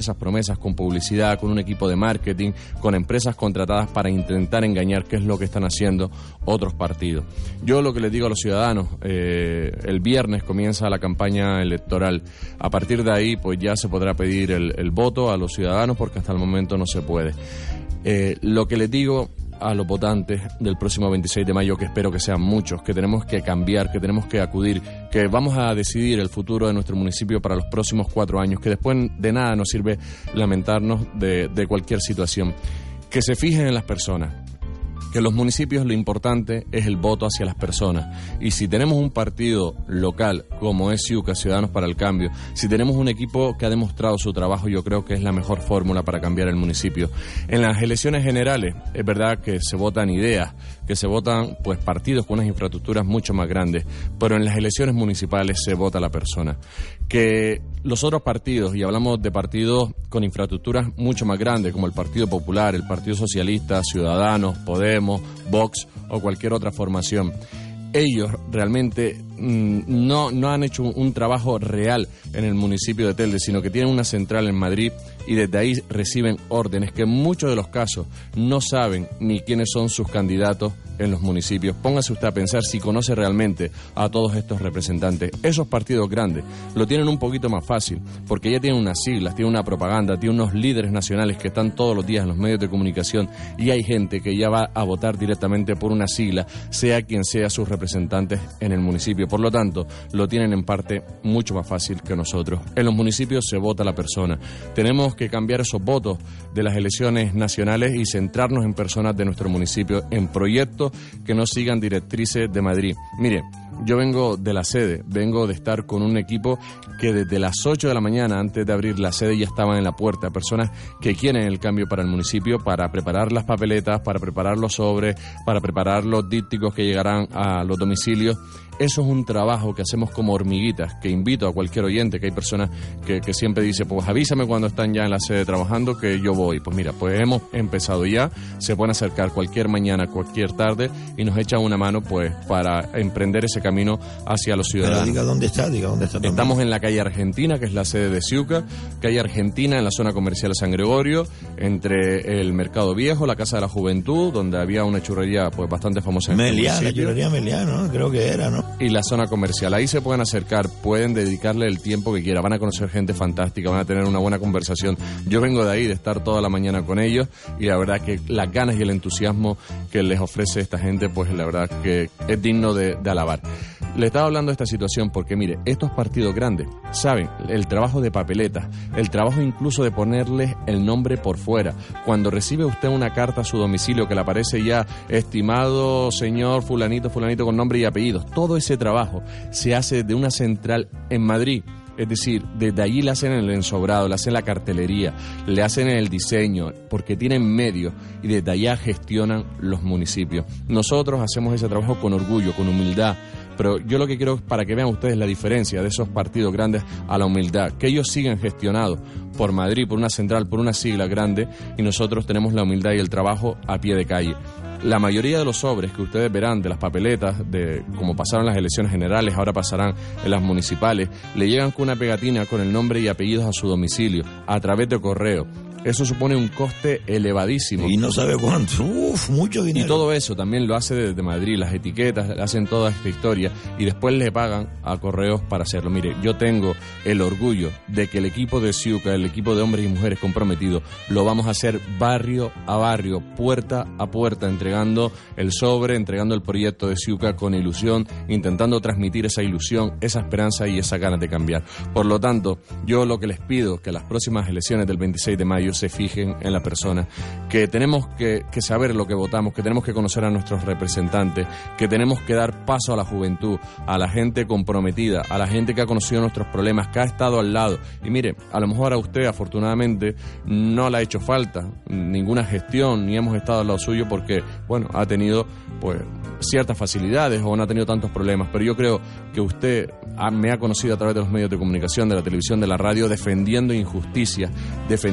Speaker 11: falsas promesas, con publicidad, con un equipo de marketing, con empresas contratadas para intentar engañar, que es lo que están haciendo otros partidos. Yo lo que les digo a los ciudadanos, el viernes comienza la campaña electoral. A partir de ahí, pues ya se podrá pedir el voto a los ciudadanos, porque hasta el momento no se puede. Lo que les digo a los votantes del próximo 26 de mayo, que espero que sean muchos, que tenemos que cambiar, que tenemos que acudir, que vamos a decidir el futuro de nuestro municipio para los próximos 4 años, que después de nada nos sirve lamentarnos de cualquier situación. Que se fijen en las personas, que en los municipios lo importante es el voto hacia las personas. Y si tenemos un partido local como es Ciuca, Ciudadanos para el Cambio, si tenemos un equipo que ha demostrado su trabajo, yo creo que es la mejor fórmula para cambiar el municipio. En las elecciones generales es verdad que se votan ideas, que se votan pues partidos con unas infraestructuras mucho más grandes, pero en las elecciones municipales se vota la persona. Que los otros partidos, y hablamos de partidos con infraestructuras mucho más grandes, como el Partido Popular, el Partido Socialista, Ciudadanos, Podemos, Vox o cualquier otra formación, ellos realmente no han hecho un trabajo real en el municipio de Telde, sino que tienen una central en Madrid y desde ahí reciben órdenes que en muchos de los casos no saben ni quiénes son sus candidatos en los municipios. Póngase usted a pensar si conoce realmente a todos estos representantes. Esos partidos grandes lo tienen un poquito más fácil, porque ya tienen unas siglas, tienen una propaganda, tienen unos líderes nacionales que están todos los días en los medios de comunicación, y hay gente que ya va a votar directamente por una sigla, sea quien sea sus representantes en el municipio. Por lo tanto, lo tienen en parte mucho más fácil que nosotros. En los municipios se vota la persona. Tenemos que cambiar esos votos de las elecciones nacionales y centrarnos en personas de nuestro municipio, en proyectos que no sigan directrices de Madrid. Mire, yo vengo de la sede, vengo de estar con un equipo que desde las 8 de la mañana, antes de abrir la sede, ya estaban en la puerta, personas que quieren el cambio para el municipio, para preparar las papeletas, para preparar los sobres, para preparar los dípticos que llegarán a los domicilios. Eso es un trabajo que hacemos como hormiguitas, que invito a cualquier oyente, que hay personas que siempre dicen, pues avísame cuando están ya en la sede trabajando que yo voy. Pues mira, pues hemos empezado ya, se pueden acercar cualquier mañana, cualquier tarde y nos echan una mano pues para emprender ese camino hacia los ciudadanos.
Speaker 6: Pero diga dónde está también.
Speaker 11: Estamos en la calle Argentina, que es la sede de Ciuca, calle Argentina en la zona comercial de San Gregorio, entre el Mercado Viejo, la Casa de la Juventud, donde había una churrería pues bastante famosa en
Speaker 6: Meliá, la churrería Meliá, ¿no? Creo que era, ¿no?
Speaker 11: Y la zona comercial. Ahí se pueden acercar, pueden dedicarle el tiempo que quieran, van a conocer gente fantástica, van a tener una buena conversación. Yo vengo de ahí, de estar toda la mañana con ellos, y la verdad que las ganas y el entusiasmo que les ofrece esta gente, pues la verdad que es digno de alabar. Le estaba hablando de esta situación porque, mire, estos partidos grandes saben el trabajo de papeletas, el trabajo incluso de ponerles el nombre por fuera. Cuando recibe usted una carta a su domicilio que le aparece ya, estimado señor fulanito, fulanito, con nombre y apellidos, todo ese trabajo se hace de una central en Madrid. Es decir, desde allí le hacen el ensobrado, le hacen la cartelería, le hacen el diseño, porque tienen medios y desde allá gestionan los municipios. Nosotros hacemos ese trabajo con orgullo, con humildad, pero yo lo que quiero es para que vean ustedes la diferencia de esos partidos grandes a la humildad, que ellos siguen gestionados por Madrid, por una central, por una sigla grande, y nosotros tenemos la humildad y el trabajo a pie de calle. La mayoría de los sobres que ustedes verán de las papeletas, de como pasaron las elecciones generales, ahora pasarán en las municipales, le llegan con una pegatina con el nombre y apellidos a su domicilio, a través de correo. Eso supone un coste elevadísimo.
Speaker 6: Y no sabe cuánto. Mucho dinero.
Speaker 11: Y todo eso también lo hace desde Madrid. Las etiquetas hacen toda esta historia y después le pagan a correos para hacerlo. Mire, yo tengo el orgullo de que el equipo de Ciuca, el equipo de hombres y mujeres comprometidos, lo vamos a hacer barrio a barrio, puerta a puerta, entregando el sobre, entregando el proyecto de Ciuca con ilusión, intentando transmitir esa ilusión, esa esperanza y esa ganas de cambiar. Por lo tanto, yo lo que les pido es que las próximas elecciones del 26 de mayo se fijen en la persona, que tenemos que saber lo que votamos, que tenemos que conocer a nuestros representantes, que tenemos que dar paso a la juventud, a la gente comprometida, a la gente que ha conocido nuestros problemas, que ha estado al lado. Y mire, a lo mejor a usted afortunadamente no le ha hecho falta ninguna gestión, ni hemos estado al lado suyo porque, bueno, ha tenido pues ciertas facilidades o no ha tenido tantos problemas, pero yo creo que usted me ha conocido a través de los medios de comunicación, de la televisión, de la radio, defendiendo injusticias, defendiendo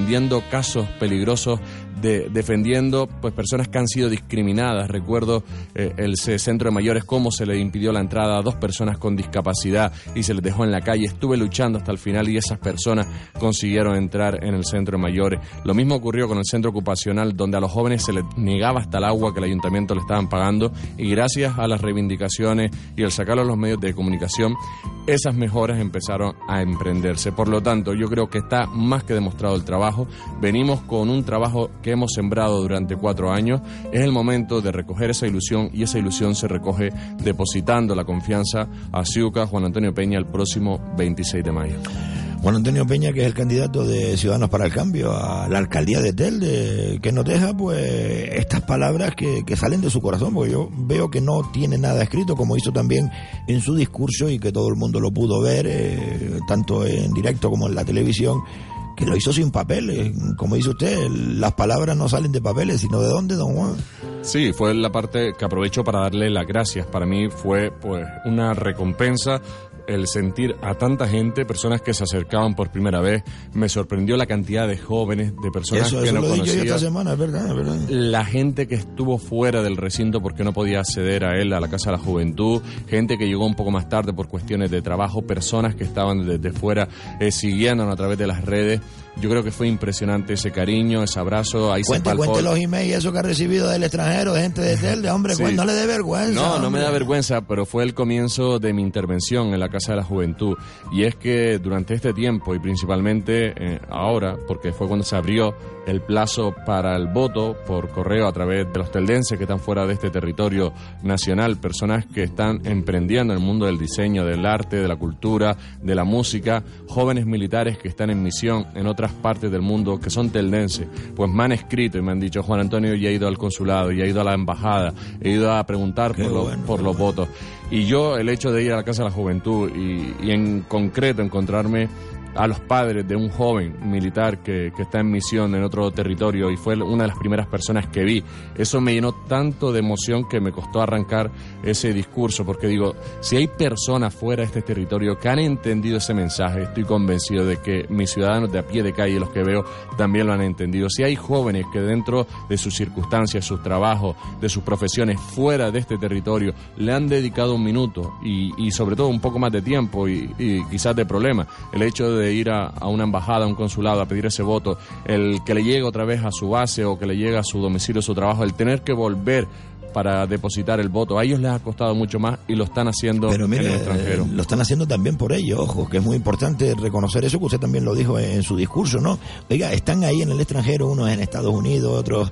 Speaker 11: casos peligrosos defendiendo pues personas que han sido discriminadas. Recuerdo el centro de mayores, cómo se le impidió la entrada a 2 personas con discapacidad y se les dejó en la calle. Estuve luchando hasta el final y esas personas consiguieron entrar en el centro de mayores. Lo mismo ocurrió con el centro ocupacional, donde a los jóvenes se les negaba hasta el agua que el ayuntamiento le estaban pagando, y gracias a las reivindicaciones y al sacarlo a los medios de comunicación, esas mejoras empezaron a emprenderse. Por lo tanto, yo creo que está más que demostrado el trabajo. Venimos con un trabajo que hemos sembrado durante 4 años. Es el momento de recoger esa ilusión, y esa ilusión se recoge depositando la confianza a Ciuca Juan Antonio Peña el próximo 26 de mayo.
Speaker 6: Juan Antonio Peña, que es el candidato de Ciudadanos para el Cambio a la alcaldía de Telde, que nos deja pues estas palabras que salen de su corazón, porque yo veo que no tiene nada escrito, como hizo también en su discurso, y que todo el mundo lo pudo ver, tanto en directo como en la televisión, que lo hizo sin papeles. Como dice usted, las palabras no salen de papeles, sino de dónde, don Juan.
Speaker 11: Sí, fue la parte que aprovecho para darle las gracias. Para mí fue pues una recompensa el sentir a tanta gente, personas que se acercaban por primera vez. Me sorprendió la cantidad de jóvenes, de personas que no conocía. Eso lo dije yo esta semana, es verdad. La gente que estuvo fuera del recinto porque no podía acceder a él, a la Casa de la Juventud, gente que llegó un poco más tarde por cuestiones de trabajo, personas que estaban desde fuera siguiéndonos a través de las redes. Yo creo que fue impresionante ese cariño, ese abrazo. Ahí cuente los emails, eso que ha recibido del extranjero, de gente de Telde, hombre, sí. No le dé vergüenza. No me da vergüenza, pero fue el comienzo de mi intervención en la Casa de la Juventud. Y es que durante este tiempo, y principalmente ahora, porque fue cuando se abrió el plazo para el voto por correo a través de los teldenses que están fuera de este territorio nacional, personas que están emprendiendo en el mundo del diseño, del arte, de la cultura, de la música, jóvenes militares que están en misión en otras partes del mundo que son teldenses, pues me han escrito y me han dicho: Juan Antonio, ya he ido al consulado, ya he ido a la embajada, he ido a preguntar por los votos. Y yo, el hecho de ir a la Casa de la Juventud y en concreto encontrarme a los padres de un joven militar que está en misión en otro territorio, y fue una de las primeras personas que vi, eso me llenó tanto de emoción que me costó arrancar ese discurso, porque digo, si hay personas fuera de este territorio que han entendido ese mensaje, estoy convencido de que mis ciudadanos de a pie de calle, los que veo, también lo han entendido. Si hay jóvenes que dentro de sus circunstancias, sus trabajos, de sus profesiones fuera de este territorio, le han dedicado un minuto y sobre todo un poco más de tiempo y quizás de problema, el hecho de ir a una embajada, a un consulado, a pedir ese voto, el que le llegue otra vez a su base o que le llegue a su domicilio, su trabajo, el tener que volver para depositar el voto, a ellos les ha costado mucho más y lo están haciendo. Pero mire, en el extranjero. Lo están haciendo también por ellos, ojo, que es muy importante reconocer eso, que usted también lo dijo en su discurso, ¿no? Oiga, están ahí en el extranjero, unos en Estados Unidos, otros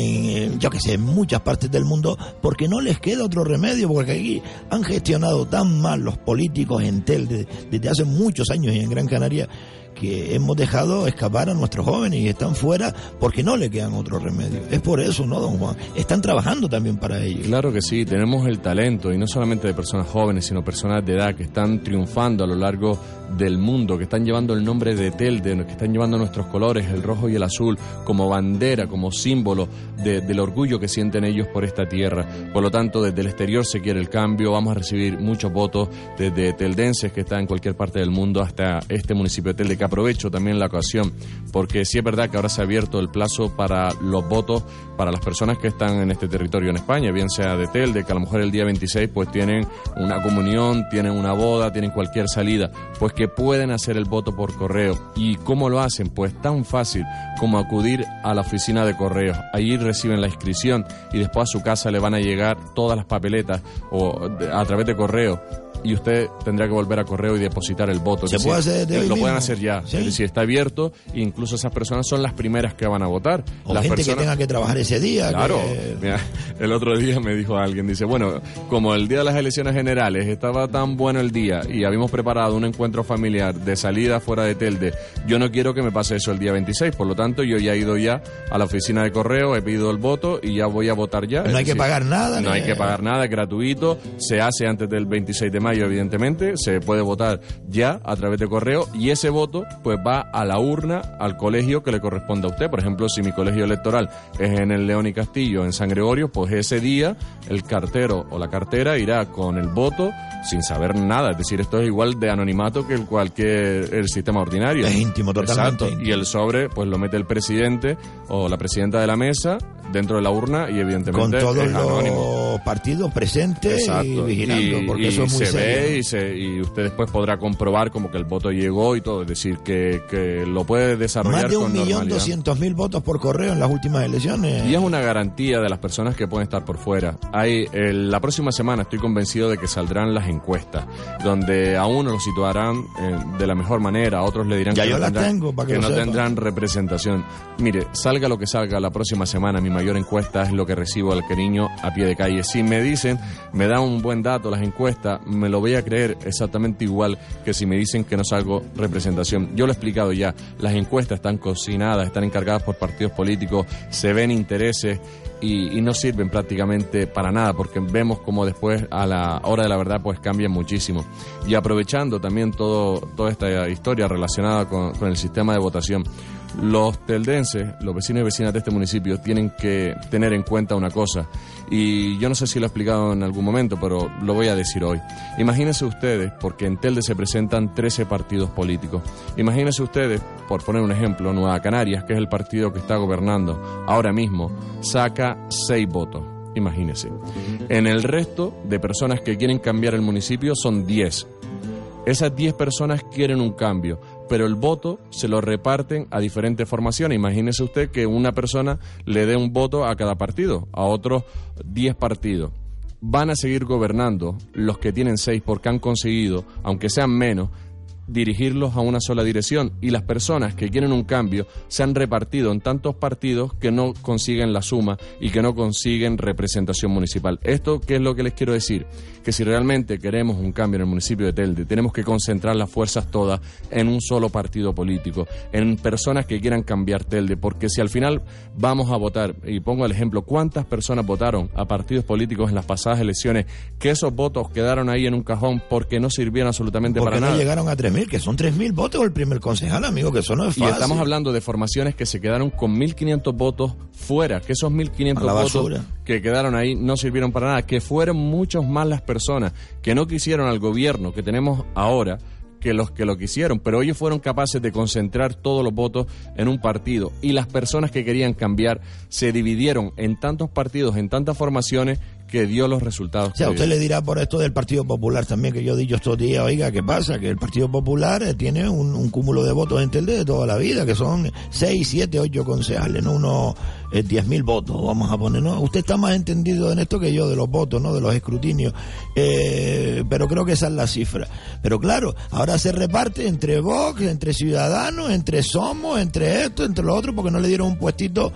Speaker 11: en, yo qué sé, en muchas partes del mundo, porque no les queda otro remedio, porque aquí han gestionado tan mal los políticos en Telde desde hace muchos años y en Gran Canaria, que hemos dejado escapar a nuestros jóvenes y están fuera porque no le quedan otro remedio. Es por eso, ¿no, don Juan? Están trabajando también para ello. Claro que sí, tenemos el talento, y no solamente de personas jóvenes, sino personas de edad que están triunfando a lo largo del mundo, que están llevando el nombre de Telde, que están llevando nuestros colores, el rojo y el azul, como bandera, como símbolo del orgullo que sienten ellos por esta tierra. Por lo tanto, desde el exterior se quiere el cambio, vamos a recibir muchos votos desde teldenses que están en cualquier parte del mundo hasta este municipio de Telde, que aprovecho también la ocasión, porque sí es verdad que ahora se ha abierto el plazo para los votos para las personas que están en este territorio en España, bien sea de Telde, que a lo mejor el día 26 pues tienen una comunión, tienen una boda, tienen cualquier salida, pues que pueden hacer el voto por correo. ¿Y cómo lo hacen? Pues tan fácil como acudir a la oficina de correos. Allí reciben la inscripción y después a su casa le van a llegar todas las papeletas a través de correo. Y usted tendrá que volver a correo y depositar el voto. ¿Se puede hacer de hoy mismo? Lo pueden hacer ya. ¿Sí? Es decir, está abierto, e incluso esas personas son las primeras que van a votar. O las gente personas que tenga que trabajar ese día. Claro. Mira, el otro día me dijo alguien, dice, bueno, como el día de las elecciones generales estaba tan bueno el día y habíamos preparado un encuentro familiar de salida fuera de Telde, yo no quiero que me pase eso el día 26, por lo tanto yo ya he ido ya a la oficina de correo, he pedido el voto y ya voy a votar ya. No hay que pagar nada. No hay que pagar nada, es gratuito, se hace antes del 26 de mayo. mayo, evidentemente, se puede votar ya a través de correo y ese voto pues va a la urna, al colegio que le corresponde a usted. Por ejemplo, si mi colegio electoral es en el León y Castillo, en San Gregorio, pues ese día el cartero o la cartera irá con el voto sin saber nada. Es decir, esto es igual de anonimato que el sistema ordinario.
Speaker 6: Es íntimo, totalmente.
Speaker 11: Exacto. Y el sobre pues lo mete el presidente o la presidenta de la mesa dentro de la urna y evidentemente
Speaker 6: con todos
Speaker 11: es anónimo.
Speaker 6: Los partidos presentes.
Speaker 11: Exacto.
Speaker 6: Y vigilando, porque eso es muy
Speaker 11: se
Speaker 6: serio.
Speaker 11: ve y usted después podrá comprobar como que el voto llegó y todo, es decir, que lo puede desarrollar
Speaker 6: más de
Speaker 11: con normalidad.
Speaker 6: 1.200.000 votos por correo en las últimas elecciones.
Speaker 11: Y es una garantía de las personas que pueden estar por fuera. La próxima semana estoy convencido de que saldrán las encuestas, donde a uno lo situarán de la mejor manera, a otros le dirán
Speaker 6: ya
Speaker 11: que,
Speaker 6: yo
Speaker 11: no,
Speaker 6: las
Speaker 11: tendrán,
Speaker 6: tengo, para que
Speaker 11: que no
Speaker 6: sepa.
Speaker 11: tendrán representación. Mire, salga lo que salga la próxima semana, mi mayor encuesta es lo que recibo al cariño a pie de calle. Si me dicen, me dan un buen dato las encuestas, me lo voy a creer exactamente igual que si me dicen que no salgo representación. Yo lo he explicado ya, las encuestas están cocinadas, están encargadas por partidos políticos, se ven intereses y no sirven prácticamente para nada, porque vemos como después a la hora de la verdad pues cambian muchísimo. Y aprovechando también toda esta historia relacionada con el sistema de votación, los teldenses, los vecinos y vecinas de este municipio tienen que tener en cuenta una cosa, y yo no sé si lo he explicado en algún momento, pero lo voy a decir hoy. Imagínense ustedes, porque en Telde se presentan 13 partidos políticos, imagínense ustedes, por poner un ejemplo, Nueva Canarias, que es el partido que está gobernando ahora mismo, saca 6 votos. Imagínense. En el resto de personas que quieren cambiar el municipio son 10. Esas 10 personas quieren un cambio, pero el voto se lo reparten a diferentes formaciones. Imagínese usted que una persona le dé un voto a cada partido, a otros 10 partidos. Van a seguir gobernando los que tienen 6 porque han conseguido, aunque sean menos, dirigirlos a una sola dirección, y las personas que quieren un cambio se han repartido en tantos partidos que no consiguen la suma y que no consiguen representación municipal. ¿Esto qué es lo que les quiero decir? Que si realmente queremos un cambio en el municipio de Telde, tenemos que concentrar las fuerzas todas en un solo partido político, en personas que quieran cambiar Telde, porque si al final vamos a votar, y pongo el ejemplo, ¿cuántas personas votaron a partidos políticos en las pasadas elecciones que esos votos quedaron ahí en un cajón porque no sirvieron absolutamente para nada?
Speaker 6: Porque no llegaron a 3.000, que son 3.000 votos el primer concejal, amigo, que eso no es fácil.
Speaker 11: Y estamos hablando de formaciones que se quedaron con 1.500 votos fuera, que esos 1.500 votos que quedaron ahí no sirvieron para nada, que fueron muchos más las personas que no quisieron al gobierno que tenemos ahora que los que lo quisieron, pero ellos fueron capaces de concentrar todos los votos en un partido, y las personas que querían cambiar se dividieron en tantos partidos, en tantas formaciones, que dio los resultados.
Speaker 6: O sea, usted le dirá por esto del Partido Popular también, que yo he dicho estos días, oiga, ¿qué pasa? Que el Partido Popular tiene un cúmulo de votos en Telde de toda la vida, que son 6, 7, 8 concejales, ¿no? Unos 10.000 votos, vamos a poner, ¿no? Usted está más entendido en esto que yo, de los votos, ¿no? De los escrutinios, pero creo que esa es la cifra. Pero claro, ahora se reparte entre Vox, entre Ciudadanos, entre Somos, entre esto, entre lo otro, porque no le dieron un puestito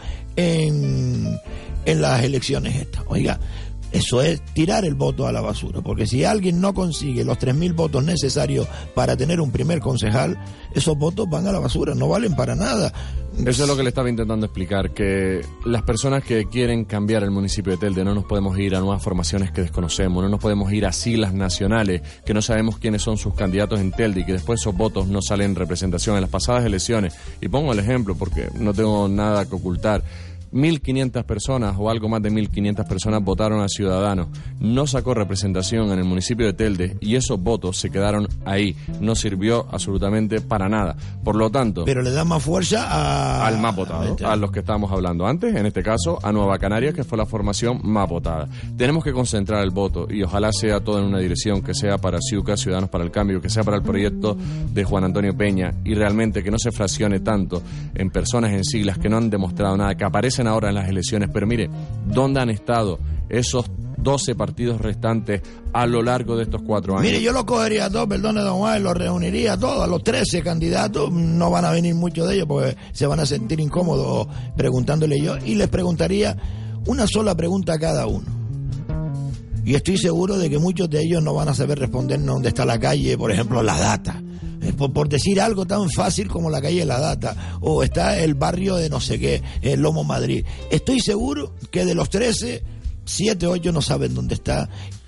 Speaker 6: en las elecciones estas. Oiga, eso es tirar el voto a la basura, porque si alguien no consigue los 3.000 votos necesarios para tener un primer concejal, esos votos van a la basura, no valen para nada.
Speaker 11: Eso es lo que le estaba intentando explicar, que las personas que quieren cambiar el municipio de Telde no nos podemos ir a nuevas formaciones que desconocemos, no nos podemos ir a siglas nacionales que no sabemos quiénes son sus candidatos en Telde y que después esos votos no salen en representación en las pasadas elecciones. Y pongo el ejemplo porque no tengo nada que ocultar. 1.500 personas o algo más de 1.500 personas votaron a Ciudadanos. No sacó representación en el municipio de Telde y esos votos se quedaron ahí. No sirvió absolutamente para nada. Por lo tanto...
Speaker 6: Pero le da más fuerza
Speaker 11: al más votado, a los que estábamos hablando antes, en este caso a Nueva Canarias, que fue la formación más votada. Tenemos que concentrar el voto y ojalá sea todo en una dirección, que sea para Ciuca, Ciudadanos para el Cambio, que sea para el proyecto de Juan Antonio Peña, y realmente que no se fraccione tanto en personas, en siglas que no han demostrado nada, que aparecen ahora en las elecciones, pero mire, ¿dónde han estado esos 12 partidos restantes a lo largo de estos 4 años?
Speaker 6: Mire, yo los cogería a todos, perdone don Juan, los reuniría a todos, a los 13 candidatos, no van a venir muchos de ellos porque se van a sentir incómodos preguntándole yo, y les preguntaría una sola pregunta a cada uno. Y estoy seguro de que muchos de ellos no van a saber respondernos dónde está la calle, por ejemplo, La Data. Por decir algo tan fácil como la calle La Data, o está el barrio de no sé qué, el Lomo Madrid. Estoy seguro que de los 13, 7, 8 no saben dónde está.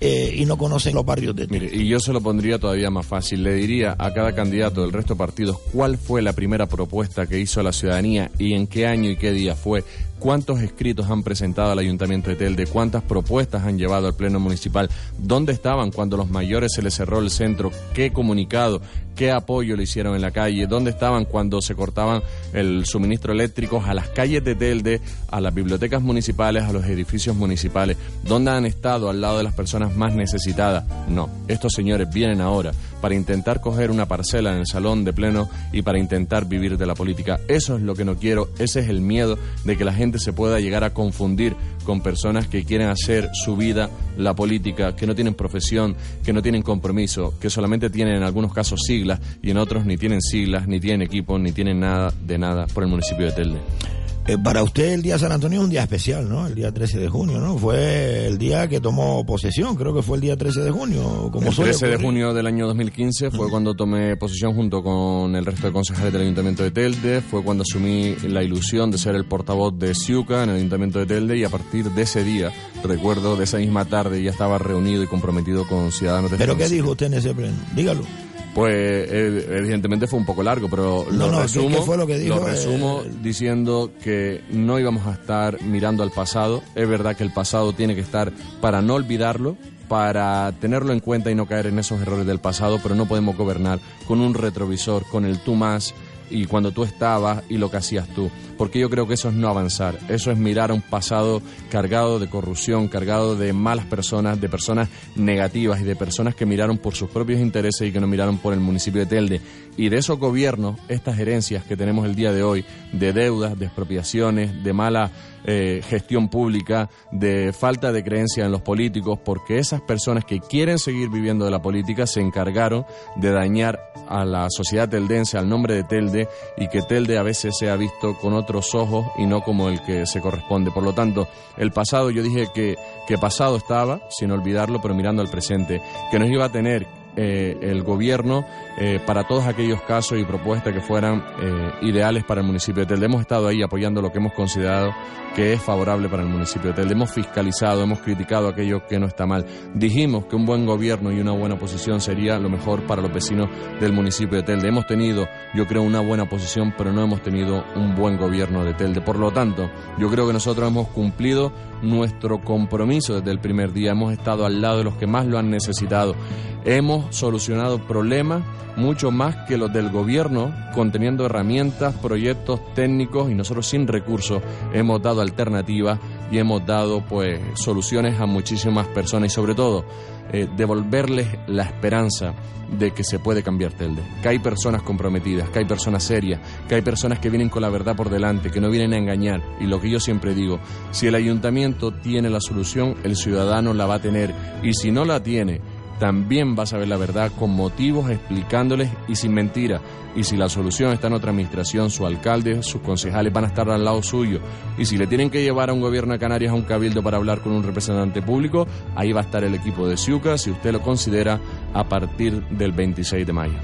Speaker 6: y no conocen los barrios de Telde.
Speaker 11: Mire, y yo se lo pondría todavía más fácil. Le diría a cada candidato del resto de partidos cuál fue la primera propuesta que hizo a la ciudadanía y en qué año y qué día fue. ¿Cuántos escritos han presentado al Ayuntamiento de Telde? ¿Cuántas propuestas han llevado al Pleno Municipal? ¿Dónde estaban cuando los mayores se les cerró el centro? ¿Qué comunicado? ¿Qué apoyo le hicieron en la calle? ¿Dónde estaban cuando se cortaban el suministro eléctrico a las calles de Telde, a las bibliotecas municipales, a los edificios municipales? ¿Dónde han estado al lado de las personas más necesitadas? No, estos señores vienen ahora para intentar coger una parcela en el salón de pleno y para intentar vivir de la política. Eso es lo que no quiero, ese es el miedo de que la gente se pueda llegar a confundir con personas que quieren hacer su vida la política, que no tienen profesión, que no tienen compromiso, que solamente tienen en algunos casos siglas y en otros ni tienen siglas, ni tienen equipo, ni tienen nada de nada por el municipio de Telde.
Speaker 6: Para usted el día de San Antonio es un día especial, ¿no? El día 13 de junio, ¿no? Fue el día que tomó posesión, creo que fue el día 13 de junio. Como
Speaker 11: el 13 de junio del año 2015 fue cuando tomé posesión junto con el resto de concejales del Ayuntamiento de Telde, fue cuando asumí la ilusión de ser el portavoz de Ciuca en el Ayuntamiento de Telde y a partir de ese día, recuerdo de esa misma tarde, ya estaba reunido y comprometido con ciudadanos de
Speaker 6: ¿Pero qué dijo usted en ese pleno? Dígalo.
Speaker 11: Pues evidentemente fue un poco largo, pero lo resumo,
Speaker 6: ¿qué fue lo que dijo?
Speaker 11: Lo resumo diciendo que no íbamos a estar mirando al pasado. Es verdad que el pasado tiene que estar para no olvidarlo, para tenerlo en cuenta y no caer en esos errores del pasado, pero no podemos gobernar con un retrovisor, con el tú más y cuando tú estabas y lo que hacías tú, porque yo creo que eso es no avanzar, eso es mirar a un pasado cargado de corrupción, cargado de malas personas, de personas negativas y de personas que miraron por sus propios intereses y que no miraron por el municipio de Telde. Y de esos gobiernos, estas herencias que tenemos el día de hoy, de deudas, de expropiaciones, de mala gestión pública, de falta de creencia en los políticos, porque esas personas que quieren seguir viviendo de la política se encargaron de dañar a la sociedad teldense, al nombre de Telde, y que Telde a veces sea visto con otros ojos y no como el que se corresponde. Por lo tanto, el pasado, yo dije que pasado estaba, sin olvidarlo, pero mirando al presente, que nos iba a tener el gobierno para todos aquellos casos y propuestas que fueran ideales para el municipio de Telde. Hemos estado ahí apoyando lo que hemos considerado que es favorable para el municipio de Telde. Hemos fiscalizado, hemos criticado aquello que no está mal. Dijimos que un buen gobierno y una buena oposición sería lo mejor para los vecinos del municipio de Telde. Hemos tenido, yo creo, una buena oposición, pero no hemos tenido un buen gobierno de Telde. Por lo tanto, yo creo que nosotros hemos cumplido nuestro compromiso desde el primer día. Hemos estado al lado de los que más lo han necesitado. Hemos solucionado problemas mucho más que los del gobierno, conteniendo herramientas, proyectos técnicos, y nosotros sin recursos hemos dado alternativas y hemos dado pues soluciones a muchísimas personas y sobre todo devolverles la esperanza de que se puede cambiar Telde, que hay personas comprometidas, que hay personas serias, que hay personas que vienen con la verdad por delante, que no vienen a engañar. Y lo que yo siempre digo, si el ayuntamiento tiene la solución, el ciudadano la va a tener, y si no la tiene, también va a saber la verdad con motivos, explicándoles y sin mentira. Y si la solución está en otra administración, su alcalde, sus concejales van a estar al lado suyo. Y si le tienen que llevar a un gobierno de Canarias a un cabildo para hablar con un representante público, ahí va a estar el equipo de Ciuca, si usted lo considera, a partir del 26 de mayo.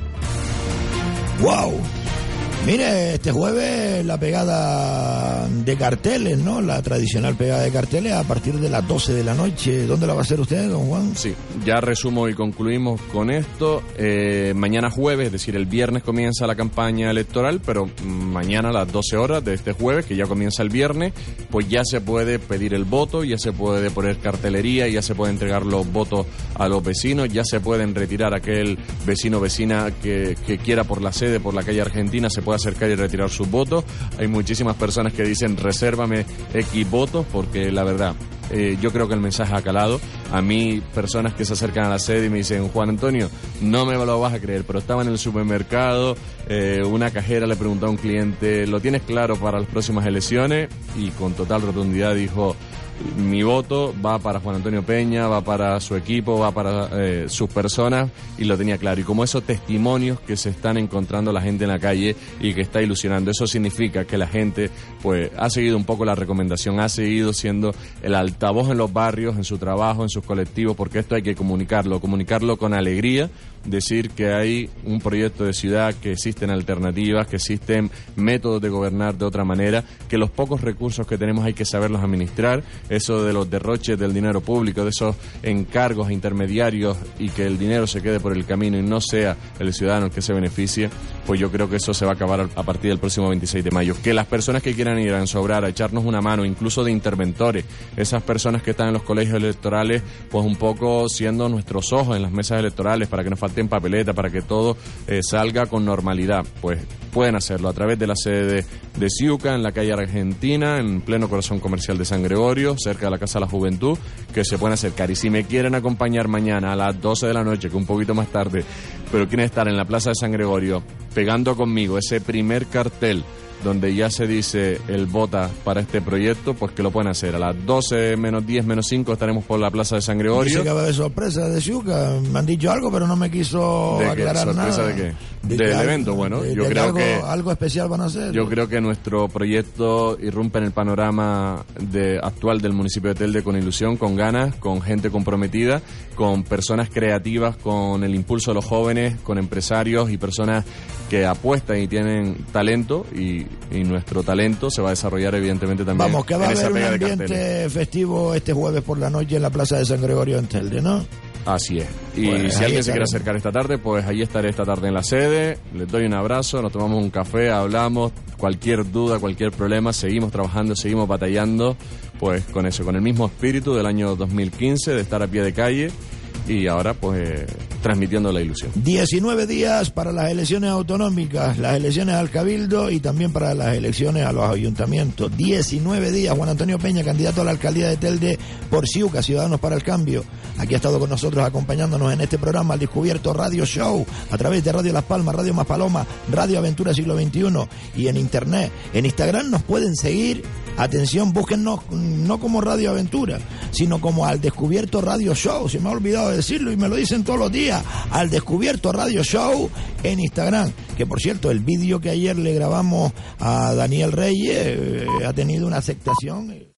Speaker 6: ¡Wow! Mire, este jueves la pegada de carteles, ¿no? La tradicional pegada de carteles a partir de las 12 de la noche. ¿Dónde la va a hacer usted, don Juan?
Speaker 11: Sí, ya resumo y concluimos con esto. Mañana jueves, es decir, el viernes comienza la campaña electoral, pero mañana a las 12 horas de este jueves, que ya comienza el viernes, pues ya se puede pedir el voto, ya se puede poner cartelería, ya se puede entregar los votos a los vecinos, ya se pueden retirar aquel vecino o vecina que quiera por la sede, por la calle Argentina, se puede acercar y retirar sus votos. Hay muchísimas personas que dicen resérvame X votos, porque la verdad yo creo que el mensaje ha calado. A mí, personas que se acercan a la sede y me dicen, Juan Antonio, no me lo vas a creer, pero estaba en el supermercado, una cajera le preguntó a un cliente, ¿lo tienes claro para las próximas elecciones? Y con total rotundidad dijo, mi voto va para Juan Antonio Peña, va para su equipo, va para sus personas, y lo tenía claro. Y como esos testimonios que se están encontrando la gente en la calle y que está ilusionando, eso significa que la gente pues ha seguido un poco la recomendación, ha seguido siendo el altavoz en los barrios, en su trabajo, en sus colectivos, porque esto hay que comunicarlo con alegría, decir que hay un proyecto de ciudad, que existen alternativas, que existen métodos de gobernar de otra manera, que los pocos recursos que tenemos hay que saberlos administrar, eso de los derroches del dinero público, de esos encargos intermediarios y que el dinero se quede por el camino y no sea el ciudadano el que se beneficie, pues yo creo que eso se va a acabar a partir del próximo 26 de mayo. Que las personas que quieran ir a Ensobrar, a echarnos una mano, incluso de interventores, esas personas que están en los colegios electorales, pues un poco siendo nuestros ojos en las mesas electorales para que no falten papeletas, para que todo salga con normalidad, pues pueden hacerlo a través de la sede de Ciuca, en la calle Argentina, en pleno corazón comercial de San Gregorio, cerca de la Casa de la Juventud, que se pueden acercar. Y si me quieren acompañar mañana a las 12 de la noche, que un poquito más tarde, pero quieren estar en la Plaza de San Gregorio, pegando conmigo ese primer cartel donde ya se dice el vota para este proyecto, pues que lo pueden hacer. A las 12 menos 10 menos 5 estaremos por la Plaza de San Gregorio.
Speaker 6: Dice que va de sorpresa de Ciuca. Me han dicho algo, pero no me quiso aclarar nada.
Speaker 11: ¿Sorpresa de qué? Del evento, bueno, yo creo que
Speaker 6: algo especial van a hacer.
Speaker 11: Yo creo que nuestro proyecto irrumpe en el panorama actual del municipio de Telde con ilusión, con ganas, con gente comprometida, con personas creativas, con el impulso de los jóvenes, con empresarios y personas que apuestan y tienen talento, y nuestro talento se va a desarrollar evidentemente también.
Speaker 6: Vamos, que va a haber un ambiente
Speaker 11: carteles
Speaker 6: festivo este jueves por la noche en la Plaza de San Gregorio en Telde, ¿no?
Speaker 11: Así es. Y
Speaker 6: pues
Speaker 11: si alguien se quiere acercar esta tarde, pues allí estaré esta tarde en la sede, les doy un abrazo, nos tomamos un café, hablamos, cualquier duda, cualquier problema, seguimos trabajando, seguimos batallando, pues con eso, con el mismo espíritu del año 2015, de estar a pie de calle, y ahora pues transmitiendo la ilusión.
Speaker 6: 19 días para las elecciones autonómicas, las elecciones al Cabildo y también para las elecciones a los ayuntamientos. 19 días. Juan Antonio Peña, candidato a la alcaldía de Telde por Ciuca, Ciudadanos para el Cambio. Aquí ha estado con nosotros acompañándonos en este programa Al Descubierto Radio Show, a través de Radio Las Palmas, Radio Más Paloma, Radio Aventura Siglo XXI y en internet. En Instagram nos pueden seguir. Atención, búsquennos no como Radio Aventura, sino como Al Descubierto Radio Show. Se me ha olvidado de decirlo y me lo dicen todos los días. Al Descubierto Radio Show en Instagram. Que por cierto, el vídeo que ayer le grabamos a Daniel Reyes ha tenido una aceptación.